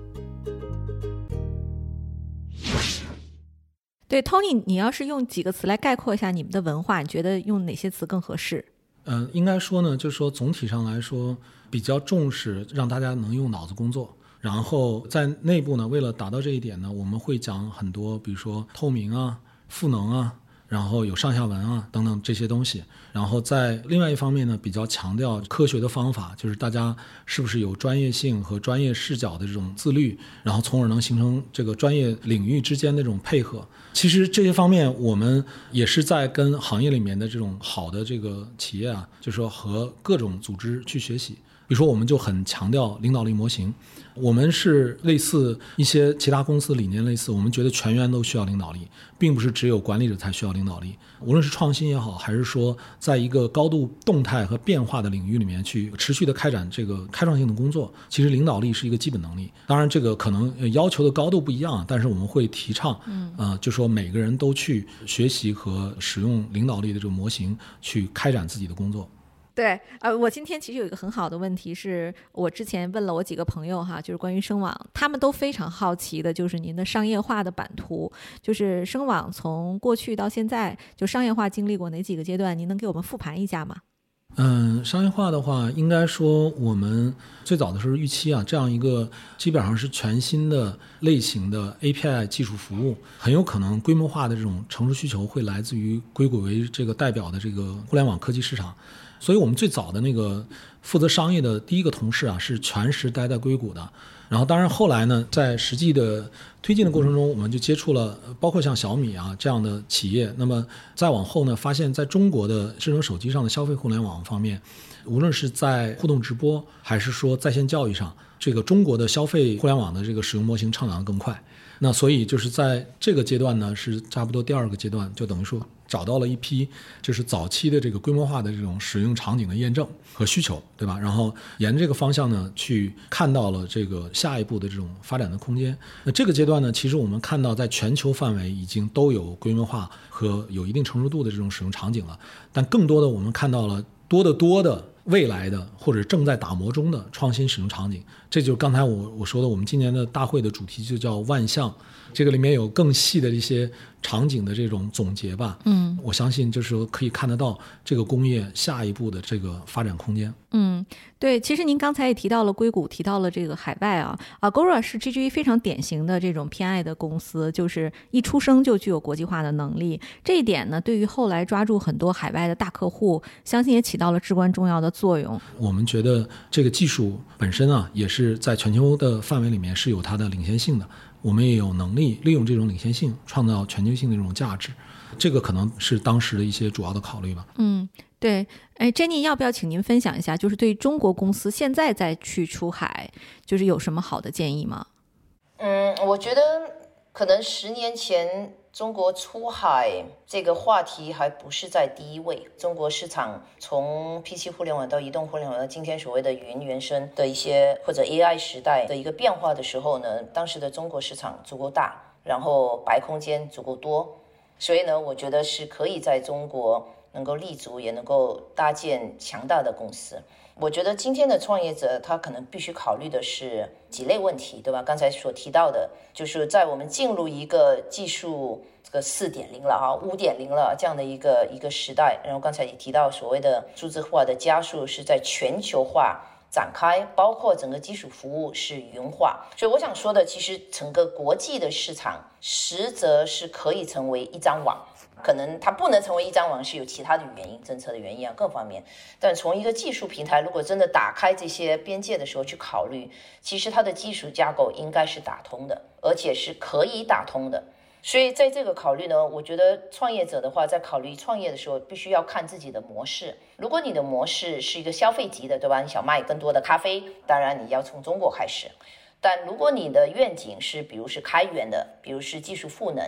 对 Tony， 你要是用几个词来概括一下你们的文化，你觉得用哪些词更合适？ 呃，应该说呢，就是说总体上来说比较重视让大家能用脑子工作，然后在内部呢，为了达到这一点呢，我们会讲很多，比如说透明啊、赋能啊，然后有上下文啊等等这些东西。然后在另外一方面呢，比较强调科学的方法，就是大家是不是有专业性和专业视角的这种自律，然后从而能形成这个专业领域之间的这种配合。其实这些方面我们也是在跟行业里面的这种好的这个企业啊，就是说和各种组织去学习。比如说我们就很强调领导力模型，我们是类似一些其他公司理念类似，我们觉得全员都需要领导力，并不是只有管理者才需要领导力。无论是创新也好，还是说在一个高度动态和变化的领域里面去持续的开展这个开创性的工作，其实领导力是一个基本能力。当然这个可能要求的高度不一样，但是我们会提倡嗯、呃，就说每个人都去学习和使用领导力的这种模型去开展自己的工作。 对，呃，我今天其实有一个很好的问题，是我之前问了我几个朋友哈，就是关于声网，他们都非常好奇的，就是您的商业化的版图，就是声网从过去到现在，就商业化经历过哪几个阶段，您能给我们复盘一下吗？ 嗯，商业化的话，应该说我们最早的时候预期啊，这样一个基本上是全新的类型的 A P I 技术服务，很有可能规模化的这种成熟需求会来自于硅谷为这个代表的这个互联网科技市场。所以我们最早的那个负责商业的第一个同事啊，是全时待在硅谷的。然后当然后来呢，在实际的推进的过程中，我们就接触了包括像小米啊这样的企业。那么再往后呢，发现在中国的智能手机上的消费互联网方面，无论是在互动直播还是说在线教育上，这个中国的消费互联网的这个使用模型成长得更快。那所以就是在这个阶段呢，是差不多第二个阶段，就等于说找到了一批就是早期的这个规模化的这种使用场景的验证和需求，对吧？然后沿这个方向呢，去看到了这个下一步的这种发展的空间。那这个阶段呢，其实我们看到在全球范围已经都有规模化和有一定成熟度的这种使用场景了，但更多的我们看到了多得多的未来的或者正在打磨中的创新使用场景。这就是刚才我我说的，我们今年的大会的主题就叫万象，这个里面有更细的一些场景的这种总结吧。嗯，我相信就是说可以看得到这个工业下一步的这个发展空间。 嗯，对，其实您刚才也提到了硅谷，提到了这个海外啊 ，Agora 是 G G V 非常典型的这种偏爱的公司，就是一出生就具有国际化的能力。这一点呢，对于后来抓住很多海外的大客户，相信也起到了至关重要的作用。 我们觉得这个技术本身啊，也是在全球的范围里面是有它的领先性的，我们也有能力利用这种领先性创造全球性的这种价值。这个可能是当时的一些主要的考虑吧。 嗯，对。哎 Jenny 要不要请您分享一下，就是对中国公司现在再去出海，就是有什么好的建议吗？ 嗯，我觉得可能十年前中国出海这个话题还不是在第一位。中国市场从 P C 互联网到移动互联网到今天所谓的云原生的一些或者 A I 时代的一个变化的时候呢，当时的中国市场足够大，然后白空间足够多，所以呢，我觉得是可以在中国能够立足，也能够搭建强大的公司。我觉得今天的创业者他可能必须考虑的是几类问题，对吧？刚才所提到的就是在我们进入一个技术这个 四点零 了啊 五点零 了这样的一个一个时代，然后刚才也提到所谓的数字化的加速是在全球化展开，包括整个基础服务是云化。所以我想说的，其实整个国际的市场实则是可以成为一张网，可能它不能成为一张网是有其他的原因，政策的原因啊各方面，但从一个技术平台如果真的打开这些边界的时候去考虑，其实它的技术架构应该是打通的，而且是可以打通的。所以在这个考虑呢，我觉得创业者的话在考虑创业的时候必须要看自己的模式。如果你的模式是一个消费级的，对吧？你想卖更多的咖啡，当然你要从中国开始。但如果你的愿景是比如是开源的，比如是技术赋能的，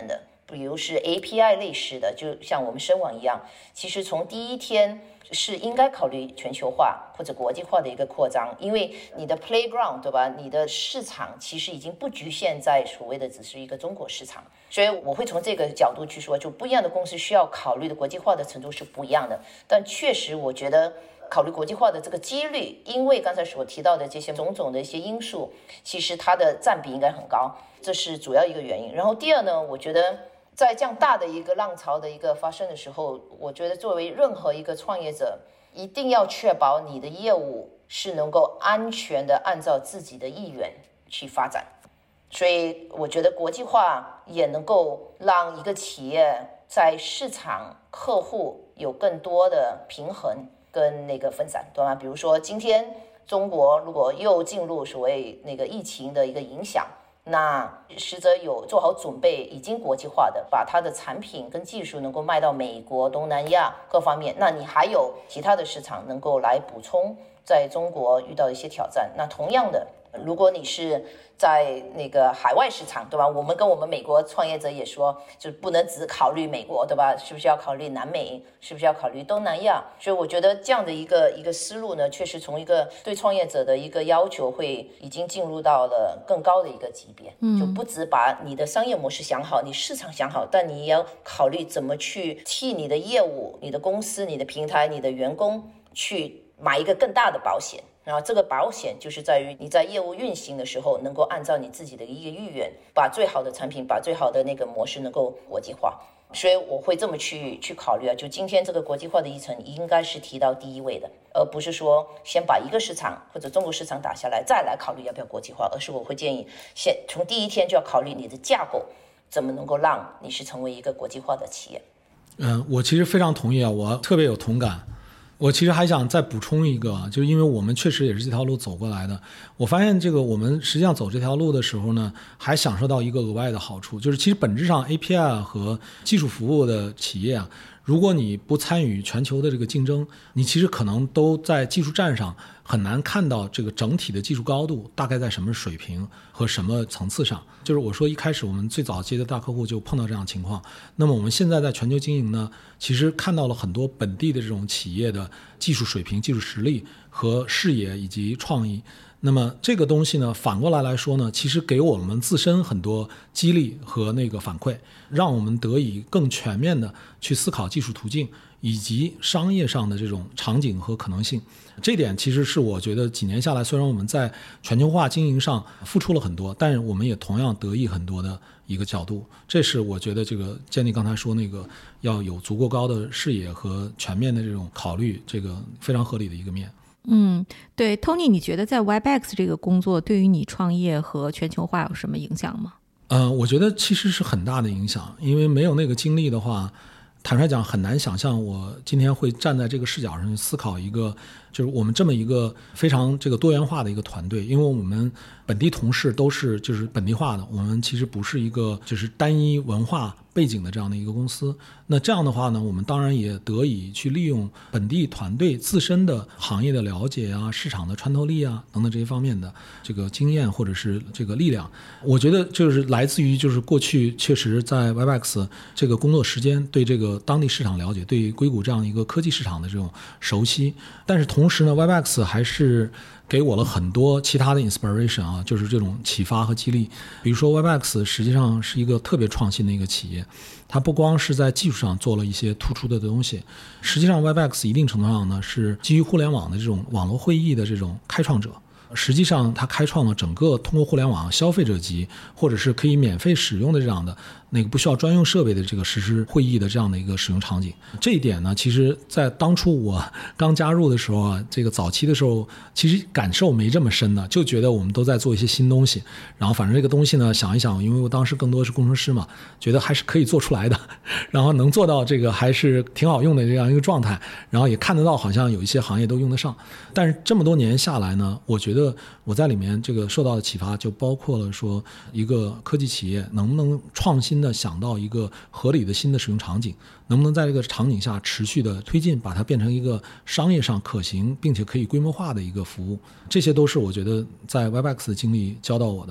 比如是 A P I 类似的，就像我们深网一样，其实从第一天是应该考虑全球化或者国际化的一个扩张，因为你的 playground 对吧，你的市场其实已经不局限在所谓的只是一个中国市场，所以我会从这个角度去说，就不一样的公司需要考虑的国际化的程度是不一样的，但确实我觉得考虑国际化的这个几率，因为刚才所提到的这些种种的一些因素，其实它的占比应该很高，这是主要一个原因。然后第二呢，我觉得在这样大的一个浪潮的一个发生的时候，我觉得作为任何一个创业者，一定要确保你的业务是能够安全的按照自己的意愿去发展。所以我觉得国际化也能够让一个企业在市场客户有更多的平衡跟那个分散，对吗？比如说今天中国如果又进入所谓那个疫情的一个影响，那实则有做好准备，已经国际化的把它的产品跟技术能够卖到美国、东南亚各方面，那你还有其他的市场能够来补充在中国遇到一些挑战。那同样的，如果你是在那个海外市场，对吧？我们跟我们美国创业者也说，就不能只考虑美国，对吧？是不是要考虑南美？是不是要考虑东南亚？所以我觉得这样的一个一个思路呢，确实从一个对创业者的一个要求会已经进入到了更高的一个级别，嗯，就不只把你的商业模式想好，你市场想好，但你也要考虑怎么去替你的业务、你的公司、你的平台、你的员工去买一个更大的保险。然后这个保险就是在于你在业务运行的时候，能够按照你自己的一个意愿，把最好的产品，把最好的那个模式能够国际化。所以我会这么去去考虑啊，就今天这个国际化的议程应该是提到第一位的，而不是说先把一个市场或者中国市场打下来，再来考虑要不要国际化，而是我会建议先从第一天就要考虑你的架构怎么能够让你是成为一个国际化的企业。 嗯，我其实非常同意啊，我特别有同感。我其实还想再补充一个，就是因为我们确实也是这条路走过来的，我发现这个我们实际上走这条路的时候呢，还享受到一个额外的好处，就是其实本质上 A P I 和技术服务的企业啊，如果你不参与全球的这个竞争，你其实可能都在技术站上很难看到这个整体的技术高度大概在什么水平和什么层次上。就是我说一开始我们最早接的大客户就碰到这样的情况，那么我们现在在全球经营呢，其实看到了很多本地的这种企业的技术水平、技术实力和视野以及创意。那么这个东西呢，反过来来说呢，其实给我们自身很多激励和那个反馈，让我们得以更全面的去思考技术途径以及商业上的这种场景和可能性。这点其实是我觉得几年下来，虽然我们在全球化经营上付出了很多，但是我们也同样得益很多的一个角度。这是我觉得这个建立刚才说那个要有足够高的视野和全面的这种考虑，这个非常合理的一个面。 嗯，对 Tony， 你觉得在 Webex 这个工作对于你创业和全球化有什么影响吗？ 呃，我觉得其实是很大的影响，因为没有那个经历的话，坦率讲很难想象我今天会站在这个视角上去思考一个就是我们这么一个非常这个多元化的一个团队，因为我们本地同事都是就是本地化的，我们其实不是一个就是单一文化背景的这样的一个公司。那这样的话呢，我们当然也得以去利用本地团队自身的行业的了解啊、市场的穿透力啊等等这些方面的这个经验或者是这个力量。我觉得就是来自于就是过去确实在 Webex 这个工作时间，对这个当地市场了解，对硅谷这样一个科技市场的这种熟悉。但是同时呢 Webex 还是给我了很多其他的 inspiration 啊，就是这种启发和激励。比如说 Webex 实际上是一个特别创新的一个企业，它不光是在技术上做了一些突出的东西，实际上 Webex 一定程度上呢是基于互联网的这种网络会议的这种开创者。实际上它开创了整个通过互联网消费者级或者是可以免费使用的这样的那个不需要专用设备的这个实时会议的这样的一个使用场景。这一点呢，其实在当初我刚加入的时候啊，这个早期的时候其实感受没这么深的，就觉得我们都在做一些新东西，然后反正这个东西呢想一想，因为我当时更多是工程师嘛，觉得还是可以做出来的，然后能做到这个还是挺好用的这样一个状态，然后也看得到好像有一些行业都用得上。但是这么多年下来呢，我觉得我在里面这个受到的启发就包括了说，一个科技企业能不能创新的想到一个合理的新的使用场景，能不能在这个场景下持续的推进，把它变成一个商业上可行并且可以规模化的一个服务，这些都是我觉得在 Webex 的经历教到我的吧。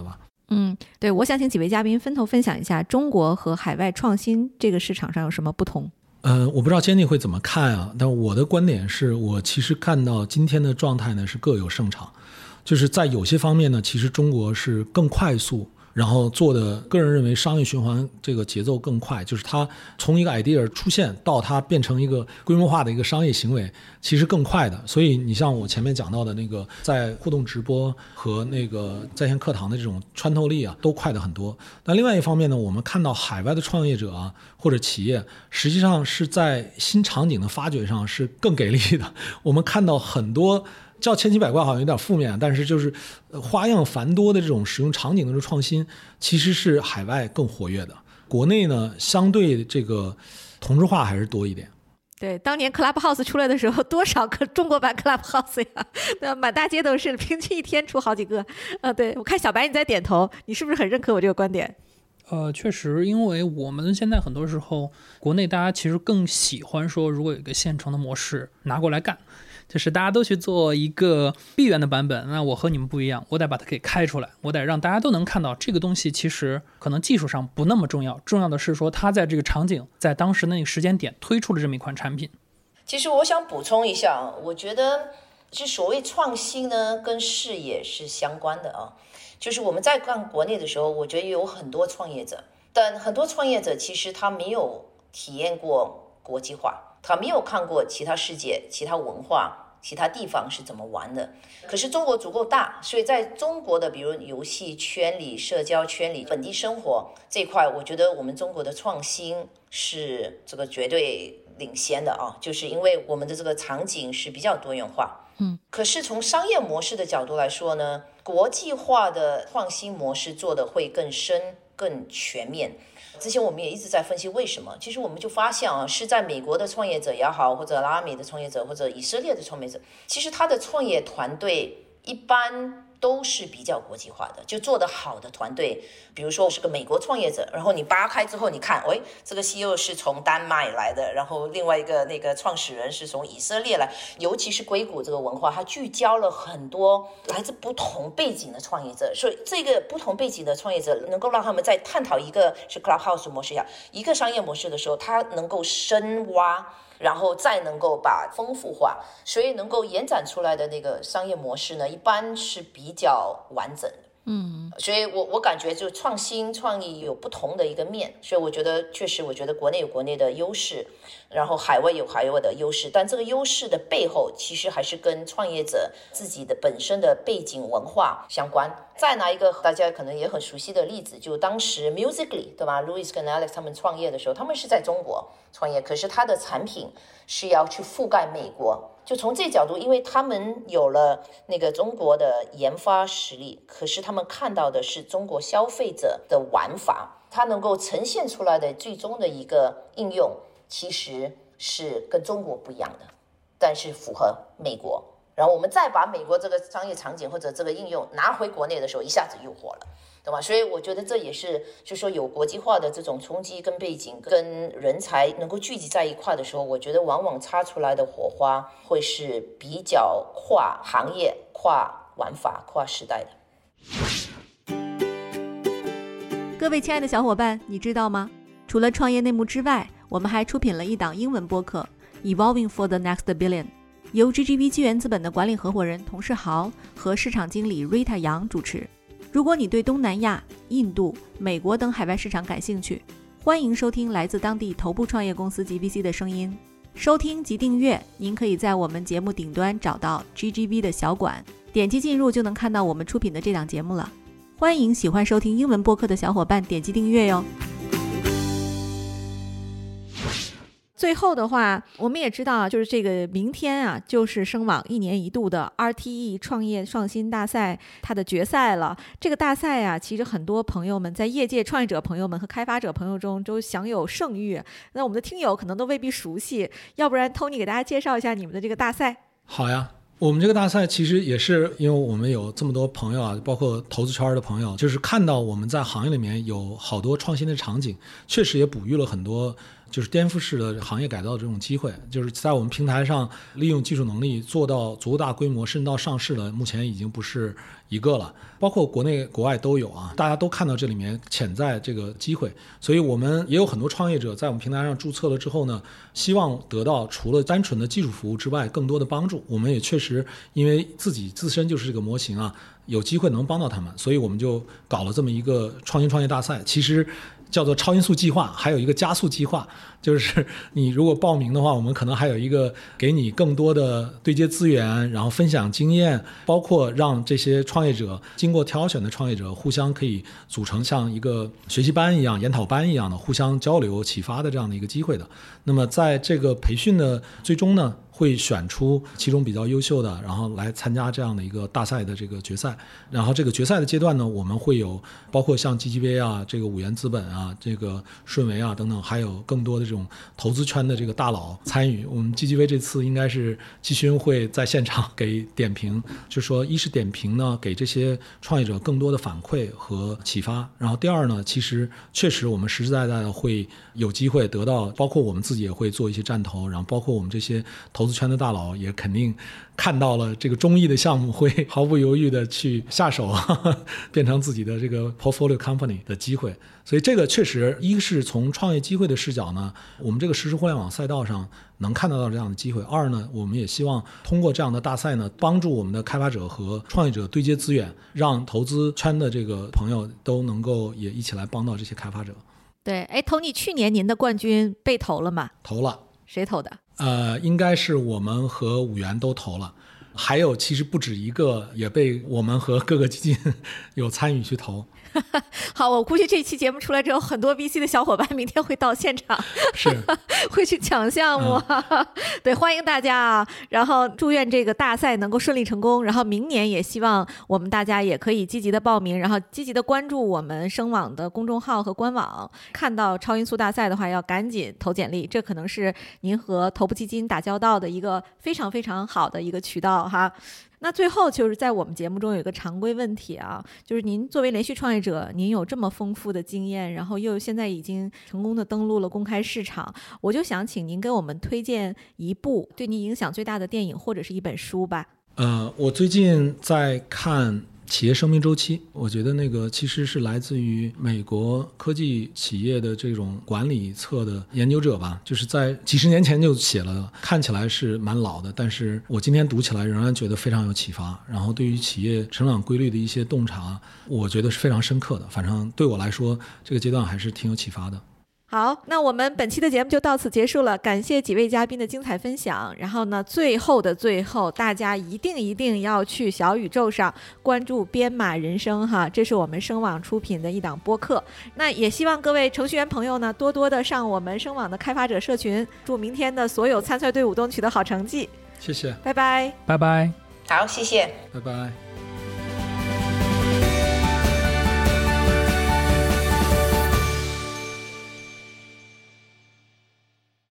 嗯，对，我想请几位嘉宾分头分享一下中国和海外创新这个市场上有什么不同。 呃，我不知道 Jenny 会怎么看啊，但我的观点是我其实看到今天的状态呢是各有胜场，就是在有些方面呢，其实中国是更快速，然后做的个人认为商业循环这个节奏更快，就是它从一个 idea 出现到它变成一个规模化的一个商业行为其实更快的。所以你像我前面讲到的那个在互动直播和那个在线课堂的这种穿透力啊都快的很多。那另外一方面呢，我们看到海外的创业者啊或者企业实际上是在新场景的发掘上是更给力的。我们看到很多叫千奇百怪好像有点负面，但是就是花样繁多的这种使用场景的这种创新其实是海外更活跃的，国内呢相对这个同质化还是多一点。 对，当年 Clubhouse 出来的时候，多少个中国版 Clubhouse 呀，对吧？满大街都是，平均一天出好几个。啊，对，我看小白你在点头，你是不是很认可我这个观点？ 呃，确实，因为我们现在很多时候，国内大家其实更喜欢说，如果有一个现成的模式拿过来干，就是大家都去做一个闭源的版本，那我和你们不一样，我得把它给开出来，我得让大家都能看到这个东西其实可能技术上不那么重要，重要的是说它在这个场景，在当时那个时间点推出了这么一款产品。 其实我想补充一下，我觉得这所谓创新呢，跟视野是相关的啊。就是我们在干国内的时候，我觉得有很多创业者，但很多创业者其实他没有体验过国际化，他没有看过其他世界、其他文化、其他地方是怎么玩的。可是中国足够大，所以在中国的比如游戏圈里、社交圈里、本地生活这一块，我觉得我们中国的创新是这个绝对领先的啊，就是因为我们的这个场景是比较多元化。 嗯， 可是从商业模式的角度来说呢，国际化的创新模式做的会更深、更全面。之前我们也一直在分析为什么，其实我们就发现啊，是在美国的创业者也好，或者拉美的创业者，或者以色列的创业者，其实他的创业团队一般都是比较国际化的，就做得好的团队，比如说我是个美国创业者，然后你扒开之后你看，喂，这个 C E O 是从丹麦来的，然后另外一个那个创始人是从以色列来，尤其是硅谷这个文化，它聚焦了很多来自不同背景的创业者，所以这个不同背景的创业者能够让他们在探讨一个是 Clubhouse 模式下一个商业模式的时候，他能够深挖，然后再能够把丰富化，所以能够延展出来的那个商业模式呢，一般是比较完整的。 嗯， 所以我我感觉就创新创意有不同的一个面，所以我觉得确实，我觉得国内有国内的优势，然后海外有海外的优势，但这个优势的背后其实还是跟创业者自己的本身的背景文化相关。再拿一个大家可能也很熟悉的例子，就当时 Musical.ly 对吧 Louis 跟 Alex 他们创业的时候，他们是在中国创业，可是他的产品是要去覆盖美国。就从这角度，因为他们有了那个中国的研发实力，可是他们看到的是中国消费者的玩法，它能够呈现出来的最终的一个应用其实是跟中国不一样的，但是符合美国。然后我们再把美国这个商业场景或者这个应用拿回国内的时候，一下子又火了，对吧？所以我觉得这也是就是说有国际化的这种冲击跟背景跟人才能够聚集在一块的时候，我觉得往往擦出来的火花会是比较跨行业、跨玩法、跨时代的。 各位亲爱的小伙伴，你知道吗？除了创业内幕之外，我们还出品了一档英文播客 Evolving for the Next Billion， 由 G G V 纪元资本的管理合伙人童世豪和市场经理 Rita 杨主持。如果你对东南亚、印度、美国等海外市场感兴趣，欢迎收听来自当地头部创业公司 G V C 的声音。收听及订阅，您可以在我们节目顶端找到 G G V 的小馆，点击进入就能看到我们出品的这档节目了。欢迎喜欢收听英文播客的小伙伴点击订阅哟。最后的话，我们也知道啊，就是这个明天啊，就是声网一年一度的 R T E 创业创新大赛它的决赛了。这个大赛啊，其实很多朋友们在业界创业者朋友们和开发者朋友中都享有盛誉。那我们的听友可能都未必熟悉，要不然 Tony 给大家介绍一下你们的这个大赛。 好呀。我们这个大赛其实也是因为我们有这么多朋友啊，包括投资圈的朋友，就是看到我们在行业里面有好多创新的场景，确实也哺育了很多就是颠覆式的行业改造的这种机会，就是在我们平台上利用技术能力做到足够大规模甚至到上市的，目前已经不是一个了，包括国内国外都有啊，大家都看到这里面潜在这个机会，所以我们也有很多创业者在我们平台上注册了之后呢，希望得到除了单纯的技术服务之外更多的帮助。我们也确实因为自己自身就是这个模型啊，有机会能帮到他们，所以我们就搞了这么一个创新创业大赛，其实叫做超音速计划，还有一个加速计划，就是你如果报名的话，我们可能还有一个给你更多的对接资源，然后分享经验，包括让这些创业者经过挑选的创业者互相可以组成像一个学习班一样、研讨班一样的互相交流启发的这样的一个机会的。那么在这个培训的最终呢，会选出其中比较优秀的，然后来参加这样的一个大赛的这个决赛。然后这个决赛的阶段呢，我们会有包括像 G G V 啊、这个五元资本啊、这个顺为啊等等，还有更多的这种投资圈的这个大佬参与。我们 G G V 这次应该是季勋会在现场给点评，就是说一是点评呢，给这些创业者更多的反馈和启发。然后第二呢，其实确实我们实实在在的会有机会得到，包括我们自己也会做一些战投，然后包括我们这些投资圈的大佬也肯定看到了这个中意的项目，会毫不犹豫的去下手呵呵变成自己的这个 portfolio company 的机会。所以这个确实，一是从创业机会的视角呢，我们这个实时互联网赛道上能看得到这样的机会。二呢，我们也希望通过这样的大赛呢，帮助我们的开发者和创业者对接资源，让投资圈的这个朋友都能够也一起来帮到这些开发者。 对，哎，Tony，去年您的冠军被投了吗？ 投了。 谁投的？ 呃，应该是我们和五元都投了，还有其实不止一个也被我们和各个基金有参与去投。 好，我估计这期节目出来之后，很多 V C 的小伙伴明天会到现场， 是会去抢项目、嗯、对，欢迎大家啊！然后祝愿这个大赛能够顺利成功，然后明年也希望我们大家也可以积极的报名，然后积极的关注我们声网的公众号和官网，看到超音速大赛的话要赶紧投简历，这可能是您和头部基金打交道的一个非常非常好的一个渠道哈。那最后就是在我们节目中有一个常规问题啊，就是您作为连续创业者，您有这么丰富的经验，然后又现在已经成功的登陆了公开市场，我就想请您给我们推荐一部对您影响最大的电影或者是一本书吧。 呃，我最近在看企业生命周期，我觉得那个其实是来自于美国科技企业的这种管理侧的研究者吧，就是在几十年前就写了，看起来是蛮老的，但是我今天读起来仍然觉得非常有启发，然后对于企业成长规律的一些洞察，我觉得是非常深刻的，反正对我来说这个阶段还是挺有启发的。 好，那我们本期的节目就到此结束了，感谢几位嘉宾的精彩分享。然后呢，最后的最后，大家一定一定要去小宇宙上关注编码人生哈，这是我们声网出品的一档播客。那也希望各位程序员朋友呢，多多的上我们声网的开发者社群。祝明天的所有参赛队伍都取得好成绩。 谢谢， 拜拜， 拜拜， 好，谢谢， 拜拜。